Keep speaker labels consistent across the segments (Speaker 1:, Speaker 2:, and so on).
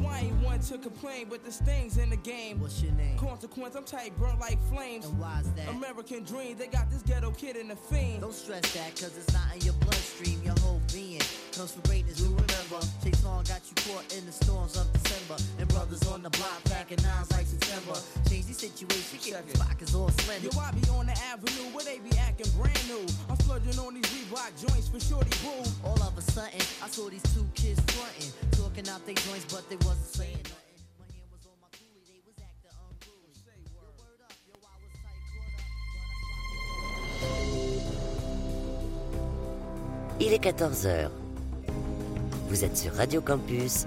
Speaker 1: I ain't one to complain, but this thing's in the game.
Speaker 2: What's your name?
Speaker 1: Consequence, I'm tight, burnt like flames.
Speaker 2: And why's that?
Speaker 1: American dream, they got this ghetto kid in the fiend.
Speaker 2: Don't stress that, cause it's not in your bloodstream. Your whole being comes from greatness, you remember. Chase Long got you caught in the storms of December. And brothers on the block packing nines like September. Change the situation, get the pockets all slender.
Speaker 1: Yo, I be on the avenue where they be acting brand new. I'm splurging on these Reebok joints for shorty boo.
Speaker 2: All of a sudden, I saw these two kids frontin', talking out their joints, but they wasn't saying nothing. My hand was on my coolie, they was acting unruly. Yo, word up, yo, I was tight, caught up,
Speaker 3: Il est 14h. Vous êtes sur Radio Campus.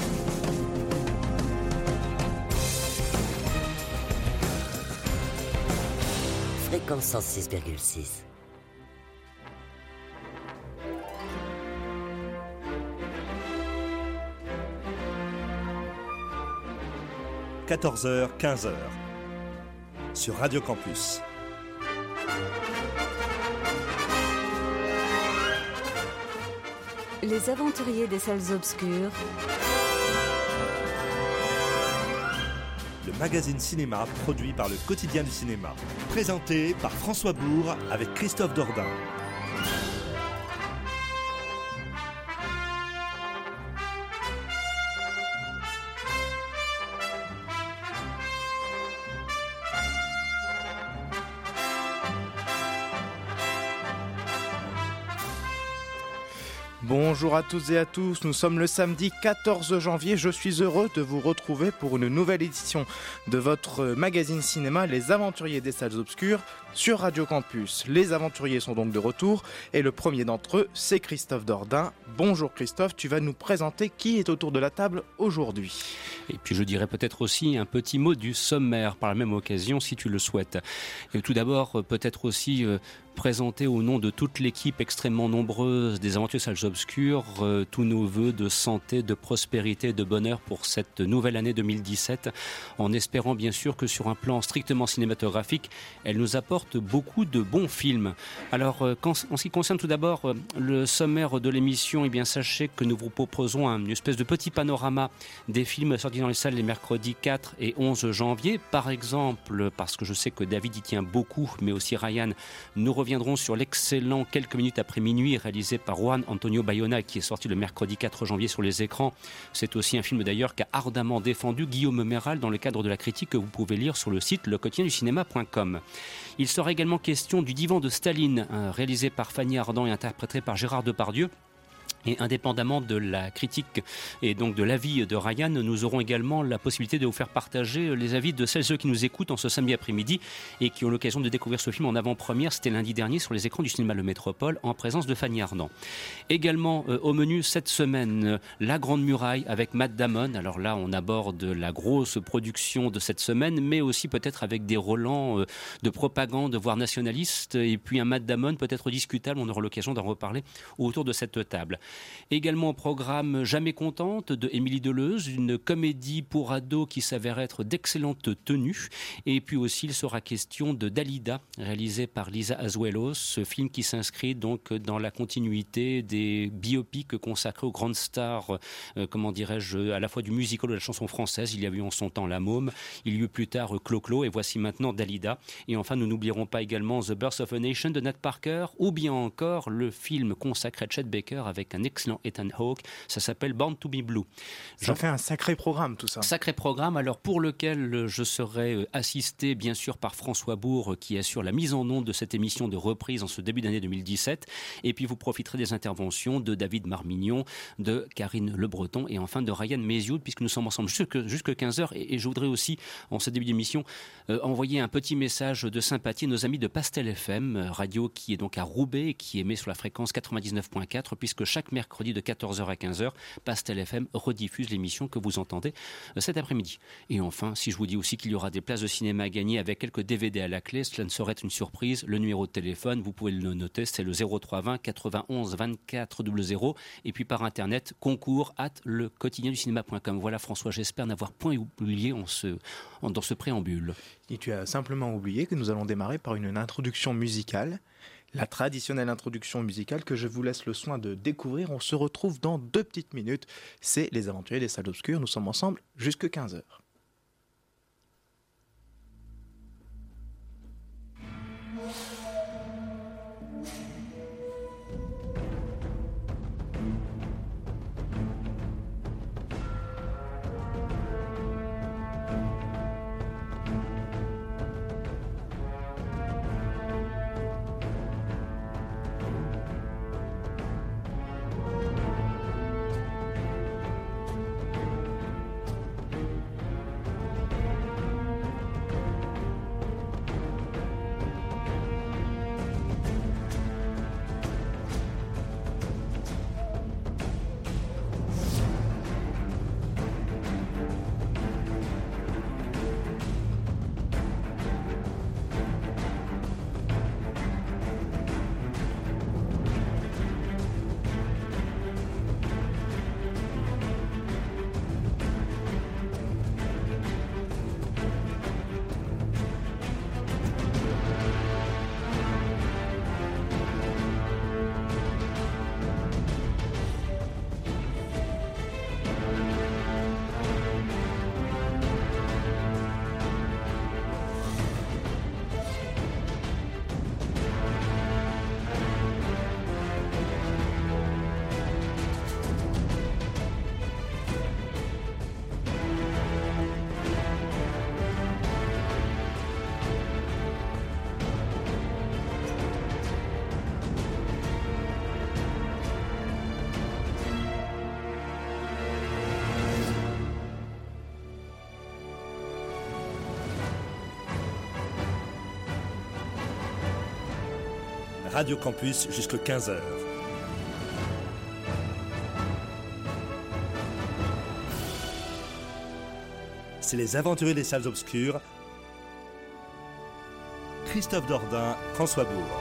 Speaker 3: Fréquence 106,6. «
Speaker 4: 14h, 15h sur Radio Campus.
Speaker 5: Les aventuriers des salles obscures.
Speaker 4: Le magazine cinéma produit par le Quotidien du cinéma. Présenté par François Bourg avec Christophe Dordain.
Speaker 6: Bonjour à toutes et à tous, nous sommes le samedi 14 janvier, je suis heureux de vous retrouver pour une nouvelle édition de votre magazine cinéma Les Aventuriers des Salles Obscures sur Radio Campus. Les aventuriers sont donc de retour et le premier d'entre eux c'est Christophe Dordain. Bonjour Christophe, tu vas nous présenter qui est autour de la table aujourd'hui.
Speaker 7: Et puis je dirais peut-être aussi un petit mot du sommaire par la même occasion si tu le souhaites. Et tout d'abord peut-être aussi présenter au nom de toute l'équipe extrêmement nombreuse des Aventuriers Salles Obscures tous nos vœux de santé, de prospérité, de bonheur pour cette nouvelle année 2017, en espérant bien sûr que sur un plan strictement cinématographique, elle nous apporte beaucoup de bons films. Alors en ce qui concerne tout d'abord le sommaire de l'émission, eh bien sachez que nous vous proposons une espèce de petit panorama des films sortis dans les salles les mercredis 4 et 11 janvier. Par exemple, parce que je sais que David y tient beaucoup, mais aussi Ryan, nous reviendrons sur l'excellent Quelques minutes après minuit réalisé par Juan Antonio Bayona qui est sorti le mercredi 4 janvier sur les écrans. C'est aussi un film d'ailleurs qu'a ardemment défendu Guillaume Méral dans le cadre de la critique que vous pouvez lire sur le site lequotidienducinéma.com. Il sera également question du Divan de Staline, réalisé par Fanny Ardant et interprété par Gérard Depardieu. Et indépendamment de la critique et donc de l'avis de Ryan, nous aurons également la possibilité de vous faire partager les avis de celles et ceux qui nous écoutent en ce samedi après-midi et qui ont l'occasion de découvrir ce film en avant-première. C'était lundi dernier sur les écrans du cinéma Le Métropole en présence de Fanny Ardant. Également au menu cette semaine, La Grande Muraille avec Matt Damon. Alors là, on aborde la grosse production de cette semaine, mais aussi peut-être avec des relents de propagande, voire nationalistes, et puis un Matt Damon peut-être discutable. On aura l'occasion d'en reparler autour de cette table. Également au programme Jamais contente de Émilie Deleuze, une comédie pour ados qui s'avère être d'excellente tenue. Et puis aussi il sera question de Dalida, réalisé par Lisa Azuelos, ce film qui s'inscrit donc dans la continuité des biopics consacrés aux grandes stars, à la fois du musical et de la chanson française. Il y a eu en son temps La Môme, il y a eu plus tard Clo-Clo et voici maintenant Dalida. Et enfin nous n'oublierons pas également The Birth of a Nation de Nat Parker ou bien encore le film consacré à Chet Baker avec un excellent Ethan Hawke, ça s'appelle Born to be Blue.
Speaker 6: Ça fait un sacré programme tout ça.
Speaker 7: Sacré programme, alors pour lequel je serai assisté bien sûr par François Bourg qui assure la mise en onde de cette émission de reprise en ce début d'année 2017 et puis vous profiterez des interventions de David Marmignon, de Karine Le Breton et enfin de Ryan Mézioud puisque nous sommes ensemble jusque 15h et je voudrais aussi en ce début d'émission envoyer un petit message de sympathie à nos amis de Pastel FM, radio qui est donc à Roubaix et qui émet sur la fréquence 99.4 puisque chaque mercredi de 14h à 15h, Pastel FM rediffuse l'émission que vous entendez cet après-midi. Et enfin, si je vous dis aussi qu'il y aura des places de cinéma à gagner avec quelques DVD à la clé, cela ne saurait être une surprise. Le numéro de téléphone, vous pouvez le noter, c'est le 0320 91 24 00 et puis par internet, concours@lequotidienducinéma.com. Voilà François, j'espère n'avoir point oublié dans ce préambule.
Speaker 6: Et tu as simplement oublié que nous allons démarrer par une introduction musicale la traditionnelle introduction musicale que je vous laisse le soin de découvrir. On se retrouve dans 2 petites minutes. C'est Les Aventuriers des Salles Obscures. Nous sommes ensemble jusque 15h.
Speaker 4: Radio Campus jusqu'à 15h. C'est Les Aventuriers des Salles Obscures. Christophe Dordain, François Bourg.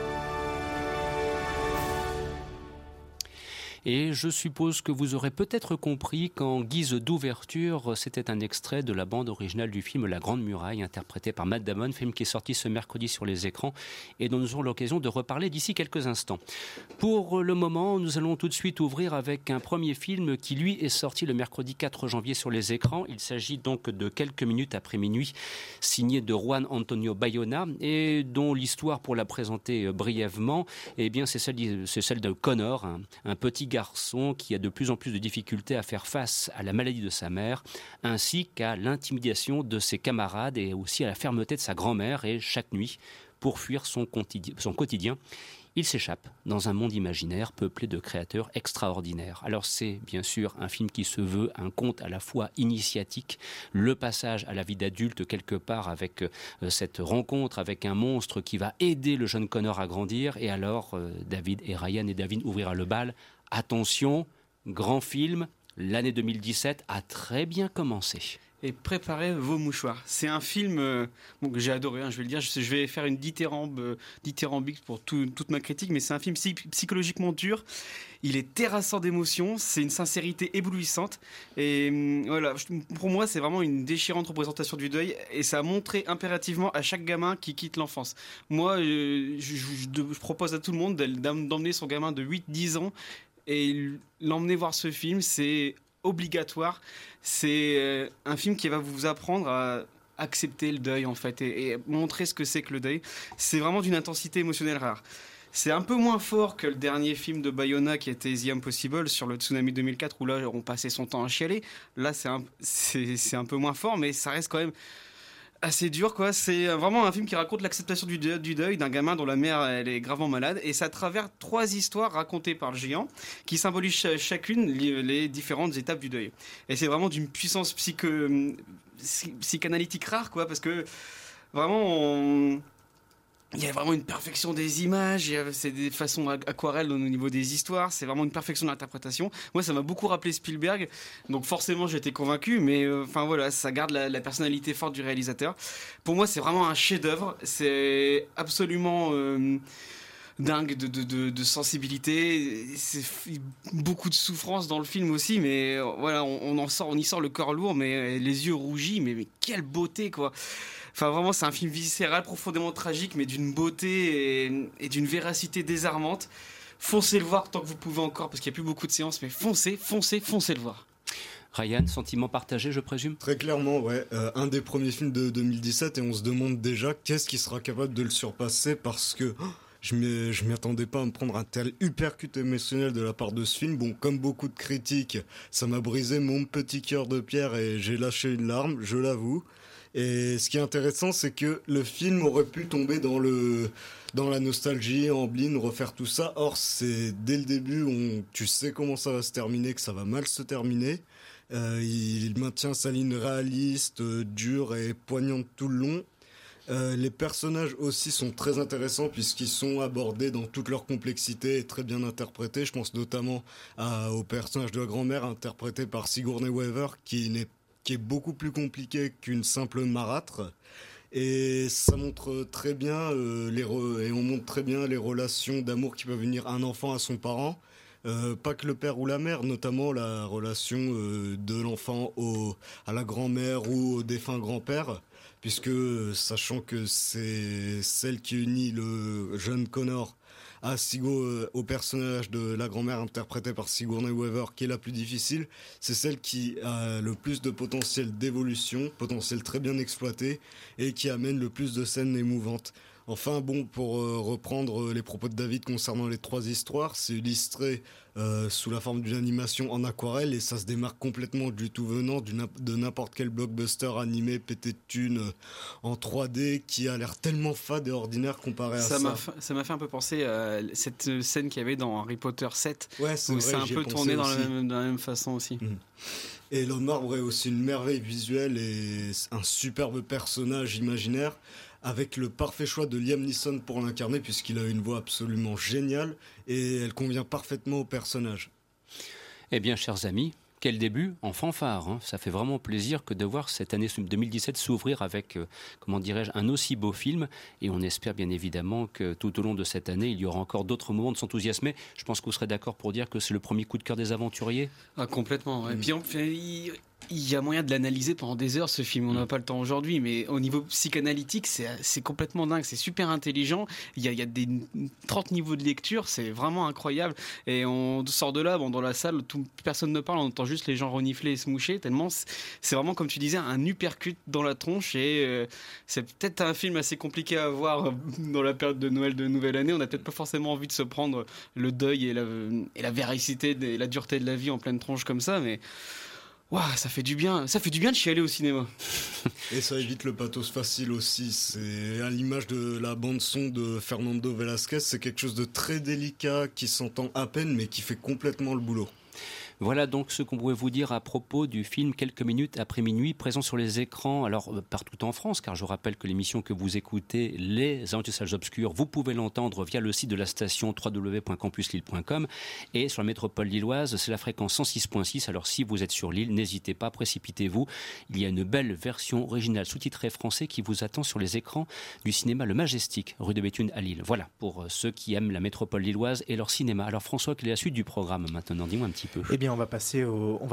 Speaker 7: Et je suppose que vous aurez peut-être compris qu'en guise d'ouverture, c'était un extrait de la bande originale du film La Grande Muraille, interprété par Matt Damon, film qui est sorti ce mercredi sur les écrans et dont nous aurons l'occasion de reparler d'ici quelques instants. Pour le moment, nous allons tout de suite ouvrir avec un premier film qui, lui, est sorti le mercredi 4 janvier sur les écrans. Il s'agit donc de Quelques minutes après minuit, signé de Juan Antonio Bayona et dont l'histoire, pour la présenter brièvement, eh bien, c'est celle de Connor, un petit garçon qui a de plus en plus de difficultés à faire face à la maladie de sa mère, ainsi qu'à l'intimidation de ses camarades et aussi à la fermeté de sa grand-mère. Et chaque nuit, pour fuir son quotidien, il s'échappe dans un monde imaginaire peuplé de créateurs extraordinaires. Alors c'est bien sûr un film qui se veut un conte à la fois initiatique, le passage à la vie d'adulte quelque part avec cette rencontre avec un monstre qui va aider le jeune Connor à grandir. Et alors David et Ryan et David ouvrira le bal. Attention, grand film, l'année 2017 a très bien commencé.
Speaker 8: Et préparez vos mouchoirs. C'est un film que j'ai adoré, je vais le dire. Je vais faire une dithyrambique pour toute ma critique, mais c'est un film psychologiquement dur. Il est terrassant d'émotions, c'est une sincérité éblouissante. Et voilà, pour moi, c'est vraiment une déchirante représentation du deuil. Et ça a montré impérativement à chaque gamin qui quitte l'enfance. Moi, je propose à tout le monde d'emmener son gamin de 8-10 ans et l'emmener voir ce film. C'est obligatoire. C'est un film qui va vous apprendre à accepter le deuil en fait et montrer ce que c'est que le deuil. C'est vraiment d'une intensité émotionnelle rare. C'est un peu moins fort que le dernier film de Bayona qui était The Impossible sur le tsunami 2004 où là on passait son temps à chialer. Là c'est un peu moins fort, mais ça reste quand même assez dur quoi. C'est vraiment un film qui raconte l'acceptation du deuil d'un gamin dont la mère elle est gravement malade, et ça travers 3 histoires racontées par le géant qui symbolisent chacune les différentes étapes du deuil. Et c'est vraiment d'une puissance psychanalytique rare quoi, parce que vraiment il y a vraiment une perfection des images, c'est des façons aquarelles au niveau des histoires, c'est vraiment une perfection de l'interprétation. Moi, ça m'a beaucoup rappelé Spielberg, donc forcément j'étais convaincu, mais voilà, ça garde la personnalité forte du réalisateur. Pour moi, c'est vraiment un chef-d'œuvre, c'est absolument dingue de sensibilité, c'est beaucoup de souffrance dans le film aussi, mais voilà, on y sort le corps lourd, mais les yeux rougis, mais quelle beauté quoi. Enfin, vraiment, c'est un film viscéral, profondément tragique, mais d'une beauté et d'une véracité désarmante. Foncez le voir tant que vous pouvez encore, parce qu'il n'y a plus beaucoup de séances, mais foncez le voir.
Speaker 7: Ryan, sentiment partagé, je présume ?
Speaker 9: Très clairement, ouais. Un des premiers films de 2017, et on se demande déjà qu'est-ce qui sera capable de le surpasser, parce que je m'y attendais pas à me prendre un tel hypercute émotionnel de la part de ce film. Bon, comme beaucoup de critiques, ça m'a brisé mon petit cœur de pierre et j'ai lâché une larme, je l'avoue. Et ce qui est intéressant, c'est que le film aurait pu tomber dans la nostalgie, Amblin, refaire tout ça. Or, c'est dès le début, tu sais comment ça va se terminer, que ça va mal se terminer. Il maintient sa ligne réaliste, dure et poignante tout le long. Les personnages aussi sont très intéressants puisqu'ils sont abordés dans toute leur complexité et très bien interprétés. Je pense notamment au personnage de la grand-mère interprété par Sigourney Weaver qui est beaucoup plus compliqué qu'une simple marâtre. Et ça montre très bien et on montre très bien les relations d'amour qui peuvent unir un enfant à son parent. Pas que le père ou la mère, notamment la relation de l'enfant à la grand-mère ou au défunt grand-père, puisque sachant que c'est celle qui unit le jeune Connor au personnage de la grand-mère interprétée par Sigourney Weaver qui est la plus difficile, c'est celle qui a le plus de potentiel d'évolution, potentiel très bien exploité et qui amène le plus de scènes émouvantes. Enfin bon, pour reprendre les propos de David concernant les 3 histoires, c'est illustré sous la forme d'une animation en aquarelle et ça se démarque complètement du tout venant de n'importe quel blockbuster animé pété de thunes en 3D qui a l'air tellement fade et ordinaire comparé à ça.
Speaker 8: Ça m'a fait un peu penser à cette scène qu'il y avait dans Harry Potter 7
Speaker 9: où
Speaker 8: c'est un peu tourné dans la même façon aussi.
Speaker 9: Et l'homme marbre est aussi une merveille visuelle et un superbe personnage imaginaire avec le parfait choix de Liam Neeson pour l'incarner puisqu'il a une voix absolument géniale et elle convient parfaitement au personnage.
Speaker 7: Eh bien, chers amis, quel début en fanfare, hein. Ça fait vraiment plaisir que de voir cette année 2017 s'ouvrir avec, un aussi beau film. Et on espère bien évidemment que tout au long de cette année, il y aura encore d'autres moments de s'enthousiasmer. Je pense que vous serez d'accord pour dire que c'est le premier coup de cœur des aventuriers.
Speaker 8: Ah, complètement. Ouais. Puis il y a moyen de l'analyser pendant des heures, ce film. On n'a pas le temps aujourd'hui, mais au niveau psychanalytique, c'est complètement dingue. C'est super intelligent. Il y a des 30 niveaux de lecture. C'est vraiment incroyable. Et on sort de là, dans la salle, personne ne parle. On entend juste les gens renifler et se moucher. Tellement c'est vraiment, comme tu disais, un uppercut dans la tronche. Et c'est peut-être un film assez compliqué à voir dans la période de Noël, de Nouvelle Année. On n'a peut-être pas forcément envie de se prendre le deuil et la véracité et la dureté de la vie en pleine tronche comme ça, mais waouh, ça fait du bien de chialer au cinéma.
Speaker 9: Et ça évite le pathos facile aussi. C'est à l'image de la bande-son de Fernando Velasquez, c'est quelque chose de très délicat qui s'entend à peine mais qui fait complètement le boulot.
Speaker 7: Voilà donc ce qu'on pouvait vous dire à propos du film Quelques minutes après minuit, présent sur les écrans, alors partout en France, car je rappelle que l'émission que vous écoutez, Les Aventures Salles Obscures, vous pouvez l'entendre via le site de la station www.campuslille.com et sur la métropole lilloise, c'est la fréquence 106.6. Alors si vous êtes sur l'île, n'hésitez pas, précipitez-vous. Il y a une belle version originale sous-titrée français qui vous attend sur les écrans du cinéma Le Majestic, rue de Béthune à Lille. Voilà, pour ceux qui aiment la métropole lilloise et leur cinéma. Alors François, quelle est la suite du programme maintenant ? Dis-moi un petit peu.
Speaker 6: Eh bien, on va passer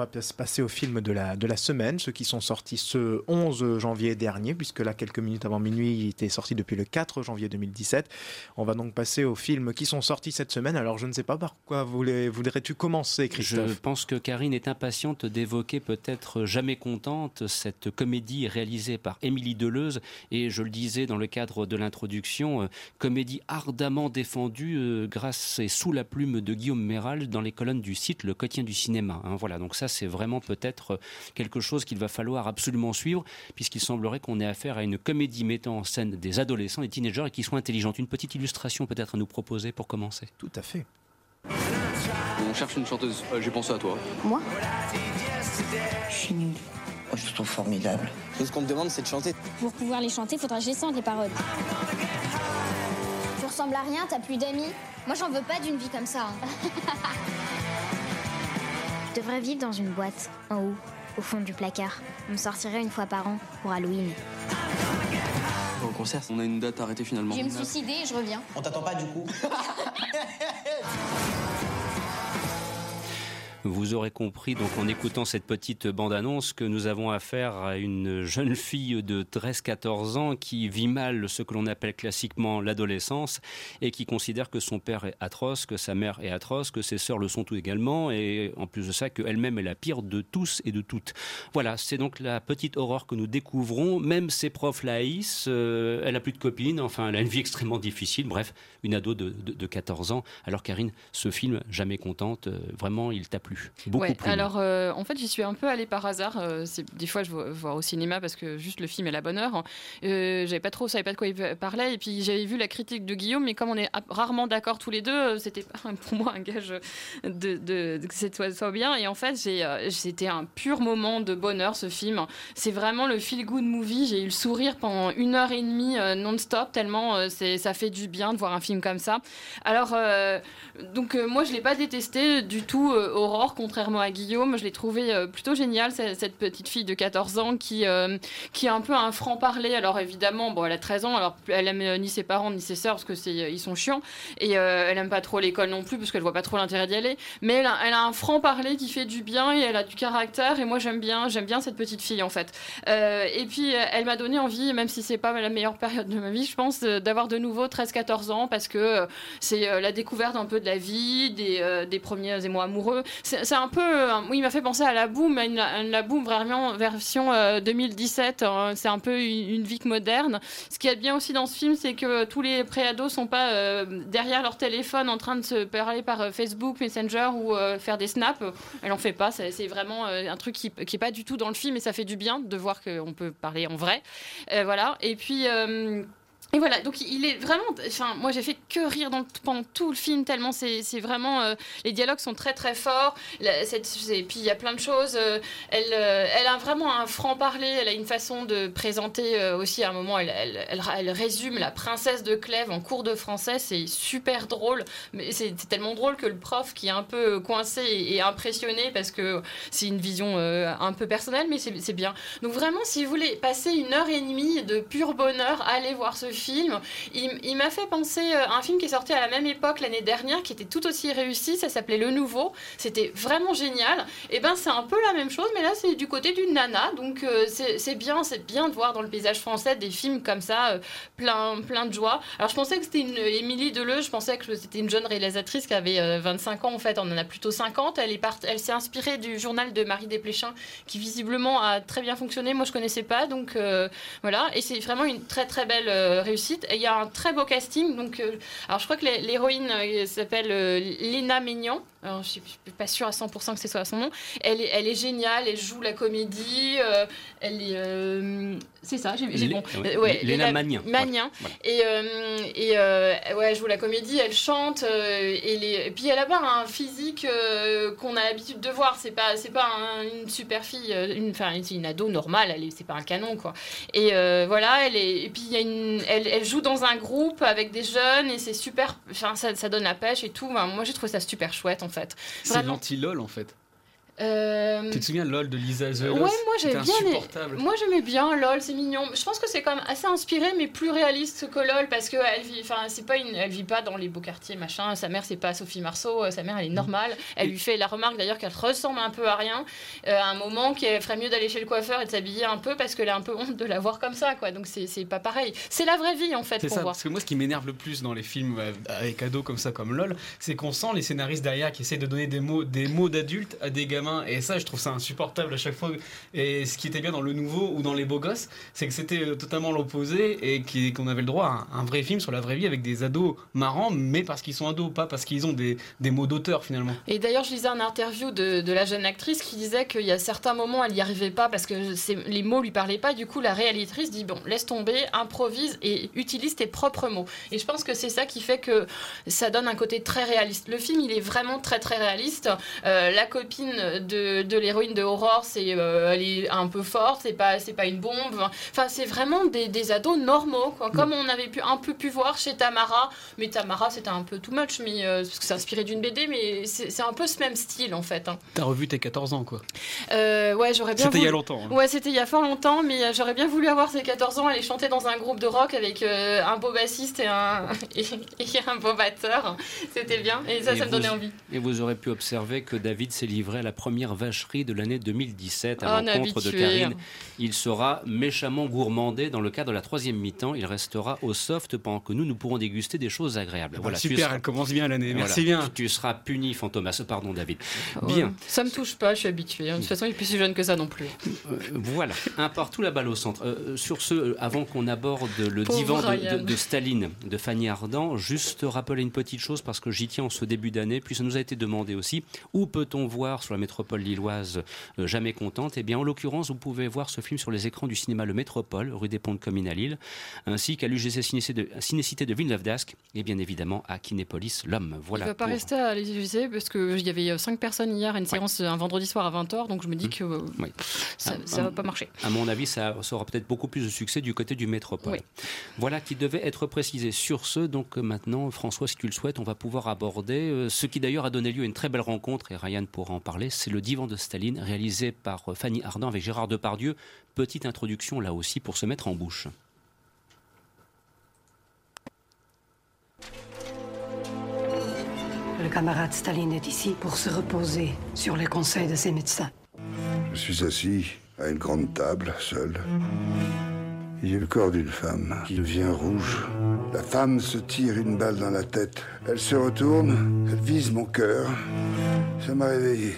Speaker 6: au film de la semaine, ceux qui sont sortis ce 11 janvier dernier, puisque là, quelques minutes avant minuit, il était sorti depuis le 4 janvier 2017. On va donc passer aux films qui sont sortis cette semaine. Alors, je ne sais pas par quoi voudrais-tu commencer, Christophe ?
Speaker 7: Je pense que Karine est impatiente d'évoquer, peut-être jamais contente, cette comédie réalisée par Émilie Deleuze. Et je le disais dans le cadre de l'introduction, comédie ardemment défendue grâce et sous la plume de Guillaume Méral dans les colonnes du site Le Quotidien du Cinéma. Voilà, donc ça c'est vraiment peut-être quelque chose qu'il va falloir absolument suivre, puisqu'il semblerait qu'on ait affaire à une comédie mettant en scène des adolescents, des teenagers et qui sont intelligentes. Une petite illustration peut-être à nous proposer pour commencer.
Speaker 6: Tout à fait.
Speaker 10: On cherche une chanteuse, j'ai pensé à toi.
Speaker 11: Moi ? Je suis nulle.
Speaker 12: Moi, je te trouve formidable.
Speaker 13: Tout ce qu'on te demande, c'est de chanter.
Speaker 11: Pour pouvoir les chanter, faudra que je les sente, les paroles.
Speaker 14: Tu ressembles à rien, t'as plus d'amis. Moi, j'en veux pas d'une vie comme ça.
Speaker 11: Je devrais vivre dans une boîte, en haut, au fond du placard. On me sortirait une fois par an pour Halloween.
Speaker 10: Au concert, on a une date arrêtée finalement.
Speaker 14: Je vais me suicider et je reviens.
Speaker 12: On t'attend pas du coup.
Speaker 7: Vous aurez compris, donc en écoutant cette petite bande-annonce, que nous avons affaire à une jeune fille de 13-14 ans qui vit mal ce que l'on appelle classiquement l'adolescence et qui considère que son père est atroce, que sa mère est atroce, que ses sœurs le sont tout également et en plus de ça qu'elle-même est la pire de tous et de toutes. Voilà, c'est donc la petite Aurore que nous découvrons. Même ses profs la haïssent, elle n'a plus de copines, enfin elle a une vie extrêmement difficile, bref, une ado de 14 ans. Alors Karine, ce film, Jamais contente, vraiment il t'a plu, beaucoup plu.
Speaker 13: Alors en fait j'y suis un peu allée par hasard, des fois je vois au cinéma parce que juste le film est la bonne heure, savais pas de quoi il parlait et puis j'avais vu la critique de Guillaume, mais comme on est rarement d'accord tous les deux, c'était pour moi un gage de que ça soit bien, et en fait c'était un pur moment de bonheur ce film. C'est vraiment le feel good movie, j'ai eu le sourire pendant 1h30 non-stop tellement ça fait du bien de voir un film comme ça. Alors moi je l'ai pas détesté du tout, Aurore, contrairement à Guillaume. Je l'ai trouvé plutôt géniale, cette petite fille de 14 ans qui a un peu un franc-parler. Alors évidemment, elle a 13 ans, alors elle aime ni ses parents ni ses sœurs parce que ils sont chiants, et elle aime pas trop l'école non plus parce qu'elle voit pas trop l'intérêt d'y aller, mais elle a un franc-parler qui fait du bien et elle a du caractère, et moi j'aime bien cette petite fille en fait. Et puis elle m'a donné envie, même si c'est pas la meilleure période de ma vie, je pense, d'avoir de nouveau 13-14 ans, parce que c'est la découverte un peu de la vie, des premiers émois amoureux. C'est un peu, il m'a fait penser à La Boum, La Boum vraiment version 2017. C'est un peu une vie moderne. Ce qui est bien aussi dans ce film, c'est que tous les préados sont pas derrière leur téléphone en train de se parler par Facebook, Messenger ou faire des snaps. Elle en fait pas. C'est vraiment un truc qui est pas du tout dans le film, et ça fait du bien de voir qu'on peut parler en vrai. Voilà. Et puis et voilà, donc il est vraiment... Enfin, moi, j'ai fait que rire pendant tout le film, tellement c'est vraiment... les dialogues sont très, très forts. Et puis, il y a plein de choses. Elle a vraiment un franc-parler. Elle a une façon de présenter aussi. À un moment, elle résume la princesse de Clèves en cours de français. C'est super drôle. Mais c'est tellement drôle que le prof, qui est un peu coincé, est impressionné parce que c'est une vision un peu personnelle, mais c'est bien. Donc vraiment, si vous voulez passer 1h30 de pur bonheur, allez voir ce film. Il m'a fait penser à un film qui est sorti à la même époque l'année dernière, qui était tout aussi réussi. Ça s'appelait Le Nouveau. C'était vraiment génial. Et c'est un peu la même chose, mais là c'est du côté d'une nana. Donc c'est bien de voir dans le paysage français des films comme ça, plein de joie. Alors je pensais que c'était une Émilie Deleuze. Je pensais que c'était une jeune réalisatrice qui avait 25 ans. En fait, on en a plutôt 50. Elle s'est inspirée du journal de Marie Desplechin, qui visiblement a très bien fonctionné. Moi je connaissais pas, donc voilà. Et c'est vraiment une très très belle réussite. Et il y a un très beau casting. Donc, alors je crois que l'héroïne s'appelle Léna Maignan. Alors, je suis pas sûre à 100% que c'est soit son nom. Elle est géniale. Elle joue la comédie. Elle est c'est ça. J'ai bon.
Speaker 7: Ouais, Léna Maignan.
Speaker 13: Voilà. Et elle joue la comédie. Elle chante. Et puis elle a pas un physique qu'on a l'habitude de voir. C'est pas une super fille. Une ado normale. C'est pas un canon quoi. Et voilà. Et puis il y a elle joue dans un groupe avec des jeunes et c'est super. Enfin, ça donne la pêche et tout. Moi j'ai trouvé ça super chouette en fait.
Speaker 8: C'est l'anti-LOL en fait. Tu te souviens LOL de Lisa The Lost?
Speaker 13: Ouais, moi j'aimais bien.
Speaker 8: Moi
Speaker 13: j'aimais bien LOL, c'est mignon. Je pense que c'est quand même assez inspiré, mais plus réaliste que LOL, parce que elle vit pas dans les beaux quartiers machin. Sa mère c'est pas Sophie Marceau, sa mère elle est normale. Elle lui fait la remarque d'ailleurs qu'elle ressemble un peu à rien. À un moment qu'elle ferait mieux d'aller chez le coiffeur et de s'habiller un peu parce qu'elle a un peu honte de la voir comme ça quoi. Donc c'est pas pareil. C'est la vraie vie en fait
Speaker 8: qu'on
Speaker 13: voit.
Speaker 8: Parce que moi ce qui m'énerve le plus dans les films avec ados comme ça comme LOL, c'est qu'on sent les scénaristes derrière qui essaient de donner des mots d'adultes à des gamins, et ça je trouve ça insupportable à chaque fois. Et ce qui était bien dans Le Nouveau ou dans Les Beaux Gosses, c'est que c'était totalement l'opposé et qu'on avait le droit à un vrai film sur la vraie vie avec des ados marrants, mais parce qu'ils sont ados, pas parce qu'ils ont des mots d'auteur finalement.
Speaker 13: Et d'ailleurs je lisais un interview de la jeune actrice qui disait qu'il y a certains moments elle n'y arrivait pas parce que les mots lui parlaient pas. Du coup la réalisatrice dit bon, laisse tomber, improvise et utilise tes propres mots. Et je pense que c'est ça qui fait que ça donne un côté très réaliste. Le film il est vraiment très très réaliste. La copine de l'héroïne de Aurore, c'est elle est un peu forte, c'est pas une bombe. Enfin, c'est vraiment des ados normaux, quoi. Comme on avait un peu pu voir chez Tamara. Mais Tamara, c'était un peu too much, mais parce que c'est inspiré d'une BD, mais c'est un peu ce même style en fait. Hein.
Speaker 8: T'as revu tes 14 ans, quoi.
Speaker 13: Ouais, j'aurais bien.
Speaker 8: C'était il y a longtemps. Hein.
Speaker 13: Ouais, c'était il y a fort longtemps, mais j'aurais bien voulu avoir ces 14 ans, aller chanter dans un groupe de rock avec un beau bassiste et un beau batteur. C'était bien, et ça me donnait envie.
Speaker 7: Et vous aurez pu observer que David s'est livré à la première vacherie de l'année 2017 à l'encontre de Karine. Il sera méchamment gourmandé dans le cadre de la 3e mi-temps. Il restera au soft pendant que nous pourrons déguster des choses agréables.
Speaker 8: Voilà, super, elle commence bien l'année. Merci bien.
Speaker 7: Tu seras puni, Fantomas. Pardon, David.
Speaker 13: Ouais.
Speaker 7: Bien.
Speaker 13: Ça me touche pas, je suis habitué. De toute façon, il est plus si jeune que ça non plus.
Speaker 7: Voilà, un partout la balle au centre. Sur ce, avant qu'on aborde le divan de Staline, de Fanny Ardant, juste rappeler une petite chose parce que j'y tiens en ce début d'année, puis ça nous a été demandé aussi. Où peut-on voir sur la métropole lilloise Jamais Contente ? Eh bien, en l'occurrence, vous pouvez voir ce film sur les écrans du cinéma Le Métropole, rue des Ponts de Comines à Lille, ainsi qu'à l'UGC Cinécité de Villeneuve-d'Ascq et bien évidemment à Kinépolis, l'Homme. Voilà.
Speaker 13: Il ne va pas rester à l'UGC parce qu'il y avait 5 personnes hier à une séance un vendredi soir à 20h, donc je me dis que ça ne va pas marcher.
Speaker 7: À mon avis, ça aura peut-être beaucoup plus de succès du côté du Métropole. Oui. Voilà qui devait être précisé. Sur ce, donc maintenant, François, si tu le souhaites, on va pouvoir aborder ce qui d'ailleurs a donné lieu à une très belle rencontre, et Ryan pourra en parler, c'est le Divan de Staline, réalisé par Fanny Ardant avec Gérard Depardieu. Petite introduction là aussi pour se mettre en bouche.
Speaker 15: Le camarade Staline est ici pour se reposer sur les conseils de ses médecins.
Speaker 16: Je suis assis à une grande table, seul. Il y a le corps d'une femme qui devient rouge. La femme se tire une balle dans la tête. Elle se retourne, elle vise mon cœur. Ça m'a réveillé.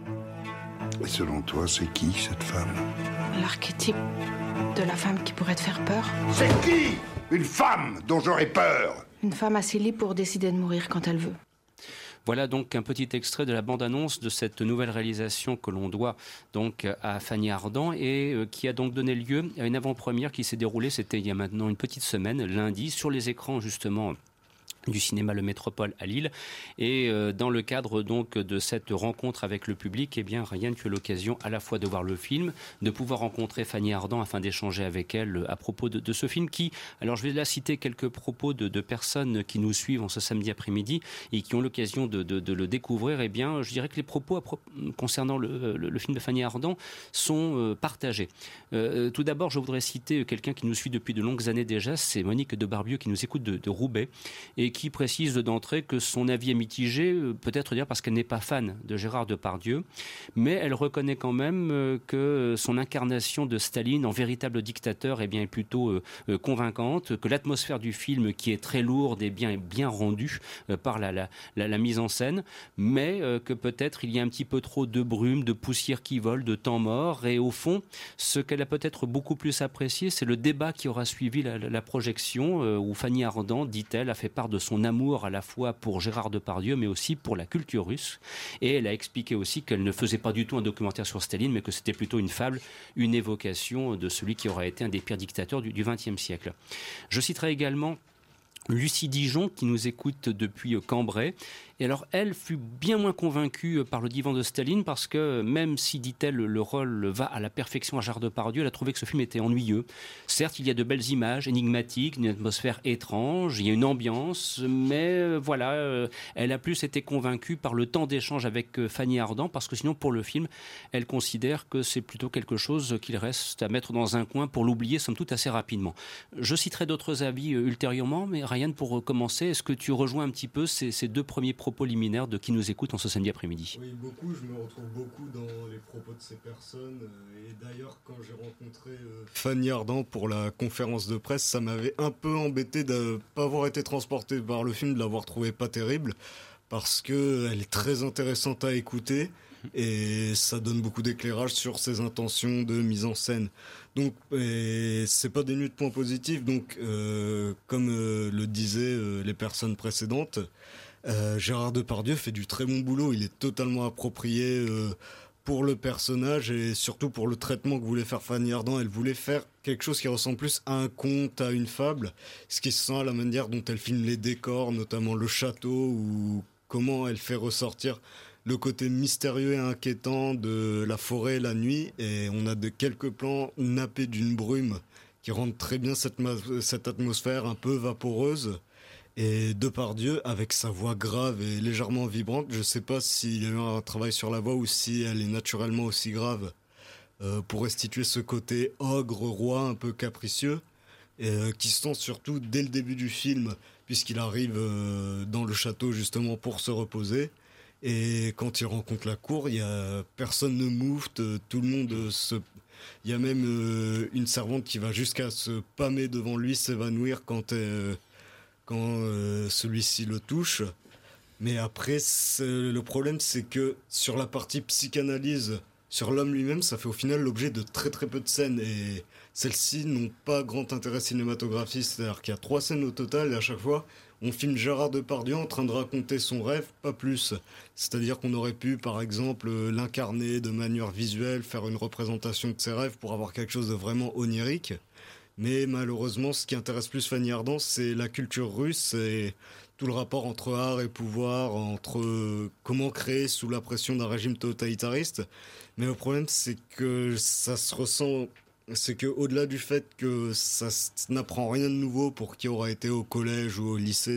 Speaker 16: Et selon toi, c'est qui cette femme ?
Speaker 15: L'archétype de la femme qui pourrait te faire peur.
Speaker 16: C'est qui ? Une femme dont j'aurais peur ?
Speaker 15: Une femme assez libre pour décider de mourir quand elle veut.
Speaker 7: Voilà donc un petit extrait de la bande-annonce de cette nouvelle réalisation que l'on doit donc à Fanny Ardant et qui a donc donné lieu à une avant-première qui s'est déroulée, c'était il y a maintenant une petite semaine, lundi, sur les écrans justement du cinéma Le Métropole à Lille. Et dans le cadre donc de cette rencontre avec le public, eh bien, Ryan, tu as l'occasion à la fois de voir le film, de pouvoir rencontrer Fanny Ardant afin d'échanger avec elle à propos de ce film qui, alors je vais là citer quelques propos de personnes qui nous suivent en ce samedi après-midi et qui ont l'occasion de le découvrir. Eh bien, je dirais que les propos concernant le film de Fanny Ardant sont partagés. Tout d'abord, je voudrais citer quelqu'un qui nous suit depuis de longues années déjà, c'est Monique de Barbieux qui nous écoute de Roubaix et qui précise d'entrée que son avis est mitigé, peut-être dire parce qu'elle n'est pas fan de Gérard Depardieu, mais elle reconnaît quand même que son incarnation de Staline en véritable dictateur est plutôt convaincante, que l'atmosphère du film qui est très lourde est bien rendue par la mise en scène, mais que peut-être il y a un petit peu trop de brume, de poussière qui vole, de temps mort, et au fond, ce qu'elle a peut-être beaucoup plus apprécié, c'est le débat qui aura suivi la projection, où Fanny Ardant, dit-elle, a fait part de son amour à la fois pour Gérard Depardieu mais aussi pour la culture russe, et elle a expliqué aussi qu'elle ne faisait pas du tout un documentaire sur Staline mais que c'était plutôt une fable, une évocation de celui qui aura été un des pires dictateurs du XXe siècle. Je citerai également Lucie Dijon qui nous écoute depuis Cambrai. Et alors, elle fut bien moins convaincue par le Divan de Staline parce que même si, dit-elle, le rôle va à la perfection à Gérard Depardieu, elle a trouvé que ce film était ennuyeux. Certes, il y a de belles images, énigmatiques, une atmosphère étrange, il y a une ambiance, mais voilà, elle a plus été convaincue par le temps d'échange avec Fanny Ardant parce que sinon, pour le film, elle considère que c'est plutôt quelque chose qu'il reste à mettre dans un coin pour l'oublier, somme toute, assez rapidement. Je citerai d'autres avis ultérieurement, mais Ryan, pour commencer, est-ce que tu rejoins un petit peu ces deux premiers propos liminaires de qui nous écoute en ce samedi après-midi?
Speaker 9: Oui, beaucoup. Je me retrouve beaucoup dans les propos de ces personnes. Et d'ailleurs, quand j'ai rencontré Fanny Ardant pour la conférence de presse, ça m'avait un peu embêté de ne pas avoir été transporté par le film, de l'avoir trouvé pas terrible, parce qu'elle est très intéressante à écouter et ça donne beaucoup d'éclairage sur ses intentions de mise en scène. Donc, c'est pas dénué de points positifs. Donc, comme le disaient les personnes précédentes, Gérard Depardieu fait du très bon boulot. Il est totalement approprié pour le personnage et surtout pour le traitement que voulait faire Fanny Ardant. Elle voulait faire quelque chose qui ressemble plus à un conte, à une fable, ce qui se sent à la manière dont elle filme les décors, notamment le château, ou comment elle fait ressortir le côté mystérieux et inquiétant de la forêt la nuit, et on a quelques plans nappés d'une brume qui rendent très bien cette atmosphère un peu vaporeuse. Et Depardieu, avec sa voix grave et légèrement vibrante, je ne sais pas s'il y a eu un travail sur la voix ou si elle est naturellement aussi grave, pour restituer ce côté ogre, roi un peu capricieux, qui se sent surtout dès le début du film, puisqu'il arrive dans le château justement pour se reposer. Et quand il rencontre la cour, personne ne moufte, tout le monde il y a même une servante qui va jusqu'à se pâmer devant lui, s'évanouir quand celui-ci le touche. Mais après, le problème, c'est que sur la partie psychanalyse, sur l'homme lui-même, ça fait au final l'objet de très très peu de scènes. Et celles-ci n'ont pas grand intérêt cinématographique. C'est-à-dire qu'il y a 3 scènes au total, et à chaque fois, on filme Gérard Depardieu en train de raconter son rêve, pas plus. C'est-à-dire qu'on aurait pu, par exemple, l'incarner de manière visuelle, faire une représentation de ses rêves pour avoir quelque chose de vraiment onirique. Mais malheureusement, ce qui intéresse plus Fanny Ardant, c'est la culture russe et tout le rapport entre art et pouvoir, entre comment créer sous la pression d'un régime totalitariste. Mais le problème, c'est que ça se ressent, c'est que au-delà du fait que ça n'apprend rien de nouveau pour qui aura été au collège ou au lycée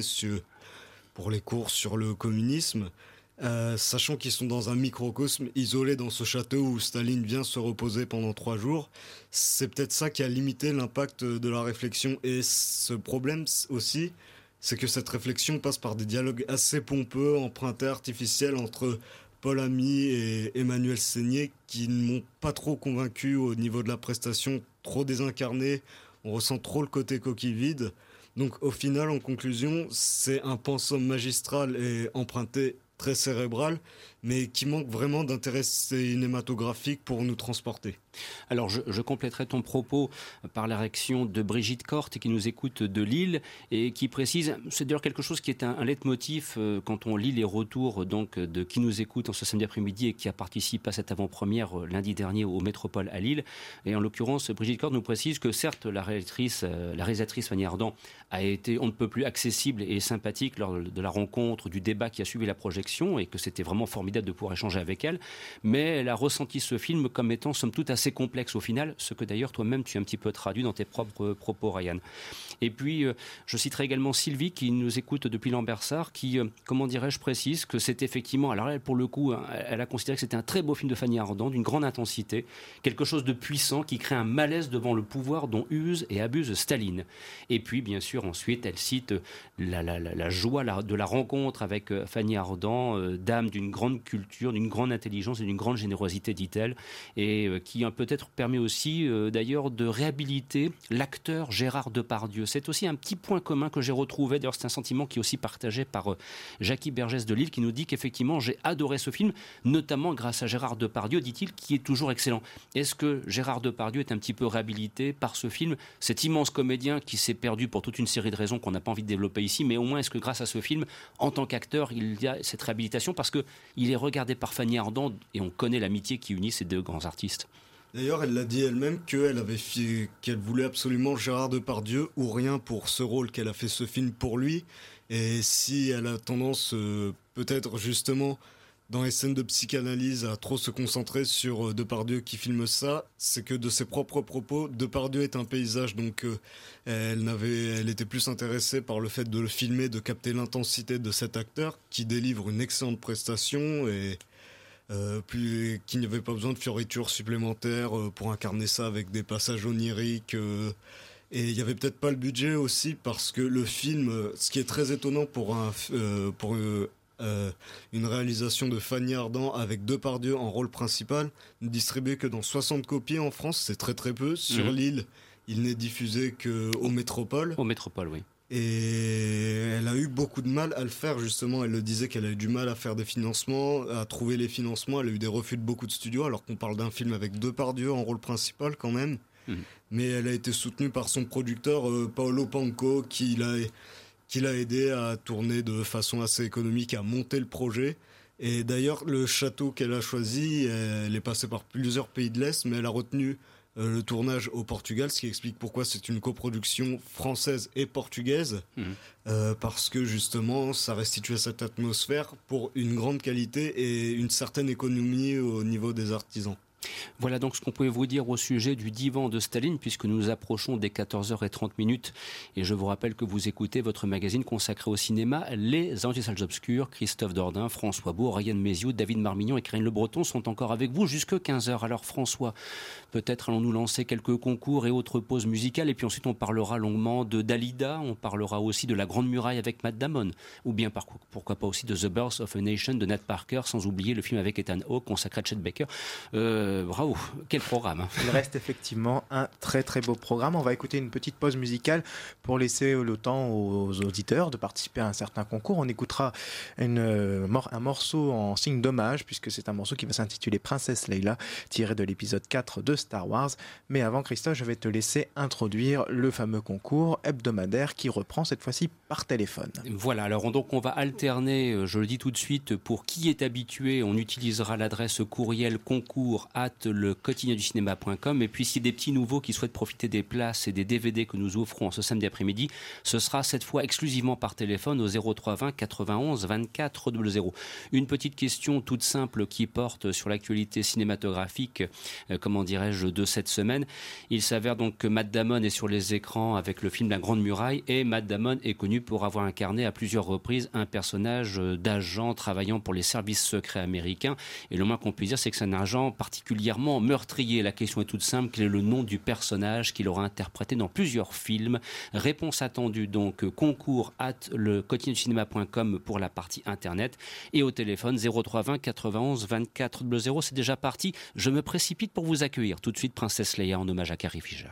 Speaker 9: pour les cours sur le communisme, sachant qu'ils sont dans un microcosme isolé dans ce château où Staline vient se reposer pendant 3 jours, c'est peut-être ça qui a limité l'impact de la réflexion. Et ce problème aussi, c'est que cette réflexion passe par des dialogues assez pompeux, empruntés, artificiels entre Paul Ami et Emmanuel Seigné, qui ne m'ont pas trop convaincu au niveau de la prestation, trop désincarné, on ressent trop le côté coquille vide. Donc au final, en conclusion, c'est un pensum magistral et emprunté très cérébral, mais qui manque vraiment d'intérêt cinématographique pour nous transporter.
Speaker 7: Alors je compléterai ton propos par la réaction de Brigitte Corte qui nous écoute de Lille et qui précise, c'est d'ailleurs quelque chose qui est un leitmotiv quand on lit les retours donc, de qui nous écoute en ce samedi après-midi et qui a participé à cette avant-première lundi dernier au Métropole à Lille. Et en l'occurrence, Brigitte Corte nous précise que certes la réalisatrice Fanny Ardant a été on ne peut plus accessible et sympathique lors de la rencontre, du débat qui a suivi la projection et que c'était vraiment formidable de pouvoir échanger avec elle, mais elle a ressenti ce film comme étant somme toute assez complexe au final, ce que d'ailleurs toi-même tu as un petit peu traduit dans tes propres propos, Ryan. Et puis je citerai également Sylvie qui nous écoute depuis Lambersart, qui, comment dirais-je, précise que c'est effectivement, alors elle pour le coup, elle a considéré que c'était un très beau film de Fanny Ardant, d'une grande intensité, quelque chose de puissant qui crée un malaise devant le pouvoir dont use et abuse Staline. Et puis bien sûr ensuite elle cite la joie de la rencontre avec Fanny Ardant, dame d'une grande culture, d'une grande intelligence et d'une grande générosité, dit-elle, et qui peut-être permet aussi d'ailleurs de réhabiliter l'acteur Gérard Depardieu. C'est aussi un petit point commun que j'ai retrouvé, d'ailleurs c'est un sentiment qui est aussi partagé par Jackie Bergès de Lille, qui nous dit qu'effectivement j'ai adoré ce film, notamment grâce à Gérard Depardieu, dit-il, qui est toujours excellent. Est-ce que Gérard Depardieu est un petit peu réhabilité par ce film, cet immense comédien qui s'est perdu pour toute une série de raisons qu'on n'a pas envie de développer ici, mais au moins est-ce que grâce à ce film, en tant qu'acteur, il y a cette réhabilitation parce qu'il est regardé par Fanny Ardant et on connaît l'amitié qui unit ces deux grands artistes.
Speaker 9: D'ailleurs, elle l'a dit elle-même qu'elle voulait absolument Gérard Depardieu ou rien pour ce rôle, qu'elle a fait ce film pour lui. Et si elle a tendance, peut-être justement, dans les scènes de psychanalyse, à trop se concentrer sur Depardieu qui filme ça, c'est que de ses propres propos, Depardieu est un paysage, donc elle était plus intéressée par le fait de le filmer, de capter l'intensité de cet acteur qui délivre une excellente prestation et qu'il n'y avait pas besoin de fioritures supplémentaires pour incarner ça avec des passages oniriques. Et il n'y avait peut-être pas le budget aussi parce que le film, ce qui est très étonnant pour une réalisation de Fanny Ardant avec Depardieu en rôle principal, ne distribué que dans 60 copies en France, c'est très très peu. Sur l'île, il n'est diffusé qu'au Métropole.
Speaker 7: Au Métropole, oui.
Speaker 9: Et elle a eu beaucoup de mal à le faire, justement. Elle le disait qu'elle a eu du mal à faire des financements, à trouver les financements. Elle a eu des refus de beaucoup de studios, alors qu'on parle d'un film avec Depardieu en rôle principal quand même. Mais elle a été soutenue par son producteur Paolo Panco, qui l'a aidé à tourner de façon assez économique, à monter le projet. Et d'ailleurs, le château qu'elle a choisi, elle est passée par plusieurs pays de l'Est, mais elle a retenu le tournage au Portugal, ce qui explique pourquoi c'est une coproduction française et portugaise, parce que justement ça restituait cette atmosphère pour une grande qualité et une certaine économie au niveau des artisans.
Speaker 7: Voilà donc ce qu'on pouvait vous dire au sujet du divan de Staline, puisque nous nous approchons des 14h30 et je vous rappelle que vous écoutez votre magazine consacré au cinéma, Les Aventures des Salles Obscures. Christophe Dordain, François Bourg, Ryan Méziou, David Marmignon et Karine Le Breton sont encore avec vous jusque 15h. Alors François, peut-être allons-nous lancer quelques concours et autres pauses musicales, et puis ensuite on parlera longuement de Dalida, on parlera aussi de La Grande Muraille avec Matt Damon, ou bien pourquoi pas aussi de The Birth of a Nation de Nat Parker, sans oublier le film avec Ethan Hawke consacré à Chet Baker. Bravo, quel programme, hein.
Speaker 6: Il reste effectivement un très très beau programme. On va écouter une petite pause musicale pour laisser le temps aux auditeurs de participer à un certain concours. On écoutera un morceau en signe d'hommage, puisque c'est un morceau qui va s'intituler Princesse Leila, tiré de l'épisode 4 de Star Wars. Mais avant, Christophe, je vais te laisser introduire le fameux concours hebdomadaire qui reprend cette fois-ci par téléphone.
Speaker 7: Voilà, alors donc on va alterner, je le dis tout de suite, pour qui est habitué, on utilisera l'adresse courriel concours@lequotidienducinéma.com, et puis s'il y a des petits nouveaux qui souhaitent profiter des places et des DVD que nous offrons ce samedi après-midi, ce sera cette fois exclusivement par téléphone au 0320 91 24 00. Une petite question toute simple qui porte sur l'actualité cinématographique, de cette semaine. Il s'avère donc que Matt Damon est sur les écrans avec le film La Grande Muraille, et Matt Damon est connu pour avoir incarné à plusieurs reprises un personnage d'agent travaillant pour les services secrets américains, et le moins qu'on puisse dire c'est que c'est un agent particulièrement meurtrier. La question est toute simple, quel est le nom du personnage qu'il aura interprété dans plusieurs films? Réponse attendue donc, concours@lequotidienducinéma.com pour la partie internet, et au téléphone 0320 91 24 00. C'est déjà parti, je me précipite pour vous accueillir tout de suite Princesse Leia en hommage à Carrie Fisher.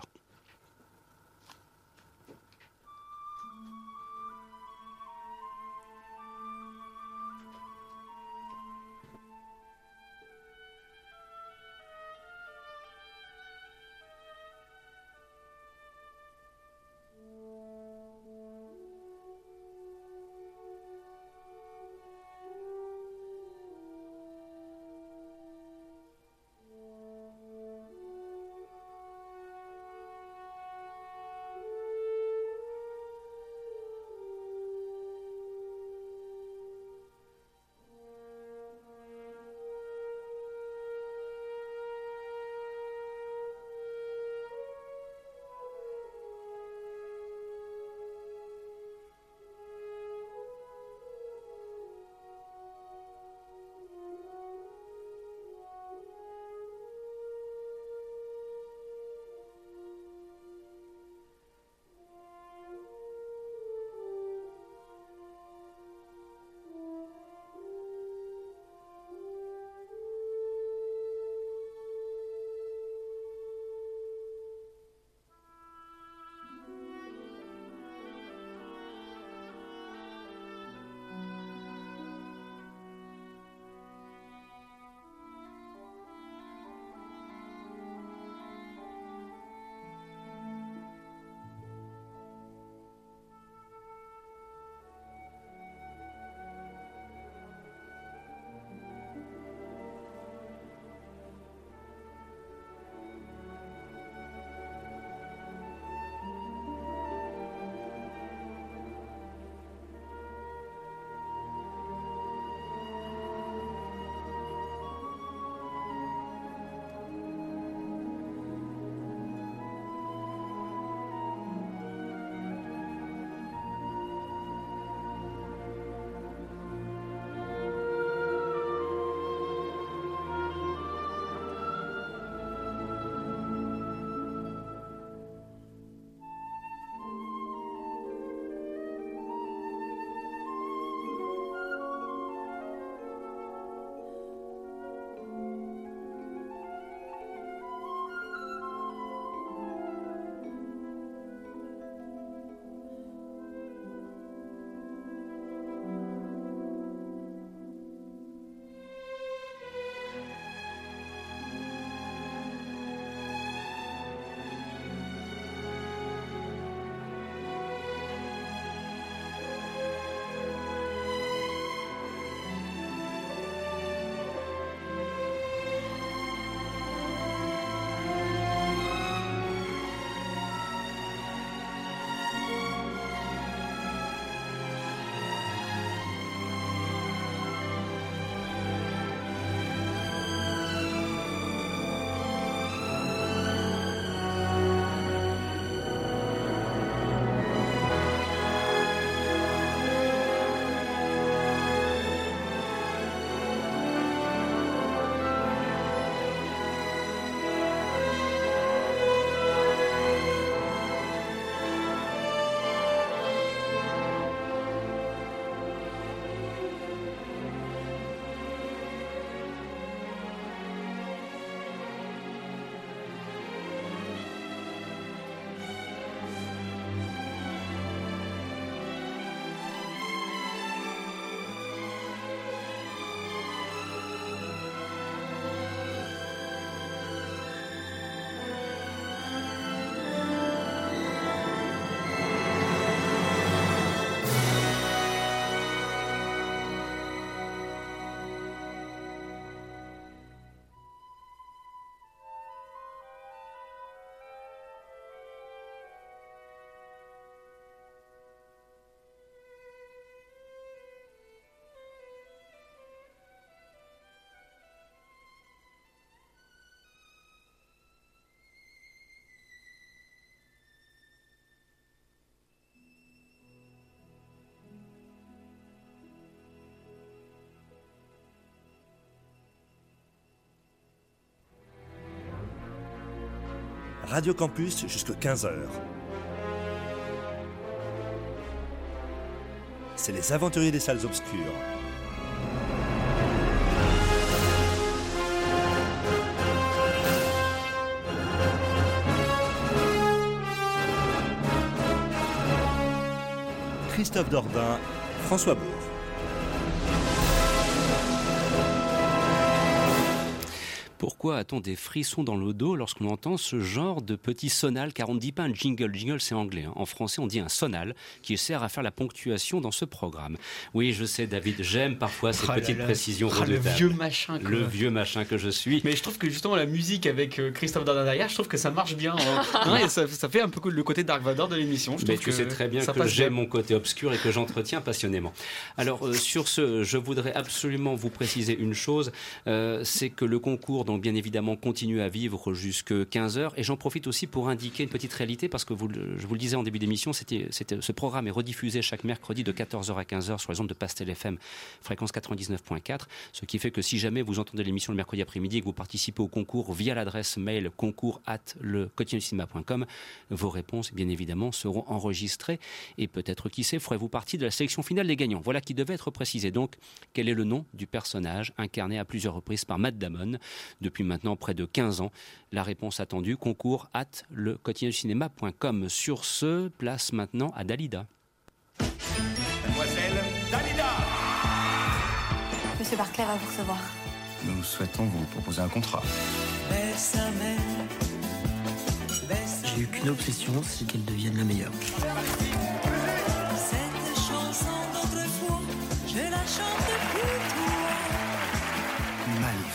Speaker 4: Radio Campus jusqu'à 15h. C'est les aventuriers des salles obscures. Christophe Dordain, François Bourg.
Speaker 7: Pourquoi a-t-on des frissons dans le dos lorsqu'on entend ce genre de petit sonal? Car on ne dit pas un jingle. Jingle, c'est anglais. En français, on dit un sonal qui sert à faire la ponctuation dans ce programme. Oui, je sais, David, j'aime parfois ces petites précisions redoutables.
Speaker 8: Le vieux machin. Quoi.
Speaker 7: Le vieux machin que je suis.
Speaker 8: Mais je trouve que justement la musique avec Christophe Dordain derrière, je trouve que ça marche bien. Et ça fait un peu le côté Dark Vador de l'émission.
Speaker 7: Mais tu sais très bien que j'aime mon côté obscur et que j'entretiens passionnément. Alors, sur ce, je voudrais absolument vous préciser une chose. C'est que le concours, donc bien évidemment, continue à vivre jusqu'à 15h. Et j'en profite aussi pour indiquer une petite réalité, parce que je vous le disais en début d'émission, ce programme est rediffusé chaque mercredi de 14h à 15h sur les ondes de Pastel FM, fréquence 99.4. Ce qui fait que si jamais vous entendez l'émission le mercredi après-midi et que vous participez au concours via l'adresse mail concours@lequotidienducinema.com, vos réponses, bien évidemment, seront enregistrées. Et peut-être, qui sait, ferez-vous partie de la sélection finale des gagnants. Voilà qui devait être précisé. Donc, quel est le nom du personnage incarné à plusieurs reprises par Matt Damon depuis maintenant près de 15 ans? La réponse attendue, concours@lequotidienducinema.com. Sur ce, place maintenant à Dalida.
Speaker 17: Mademoiselle Dalida.
Speaker 18: Monsieur Barclay va vous recevoir.
Speaker 10: Nous souhaitons vous proposer un contrat.
Speaker 19: J'ai eu qu'une obsession, c'est qu'elle devienne la meilleure.
Speaker 17: Cette chanson d'autrefois, je la chante pour toi.
Speaker 19: Magnifique.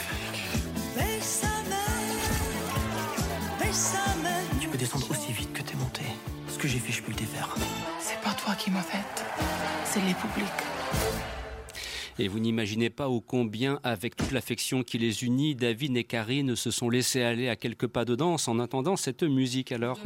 Speaker 19: Tu peux descendre aussi vite que t'es monté. Ce que j'ai fait, je peux le défaire.
Speaker 18: C'est pas toi qui m'as faite, c'est les publics.
Speaker 7: Et vous n'imaginez pas ô combien, avec toute l'affection qui les unit, David et Karine se sont laissés aller à quelques pas de danse en attendant cette musique. Alors,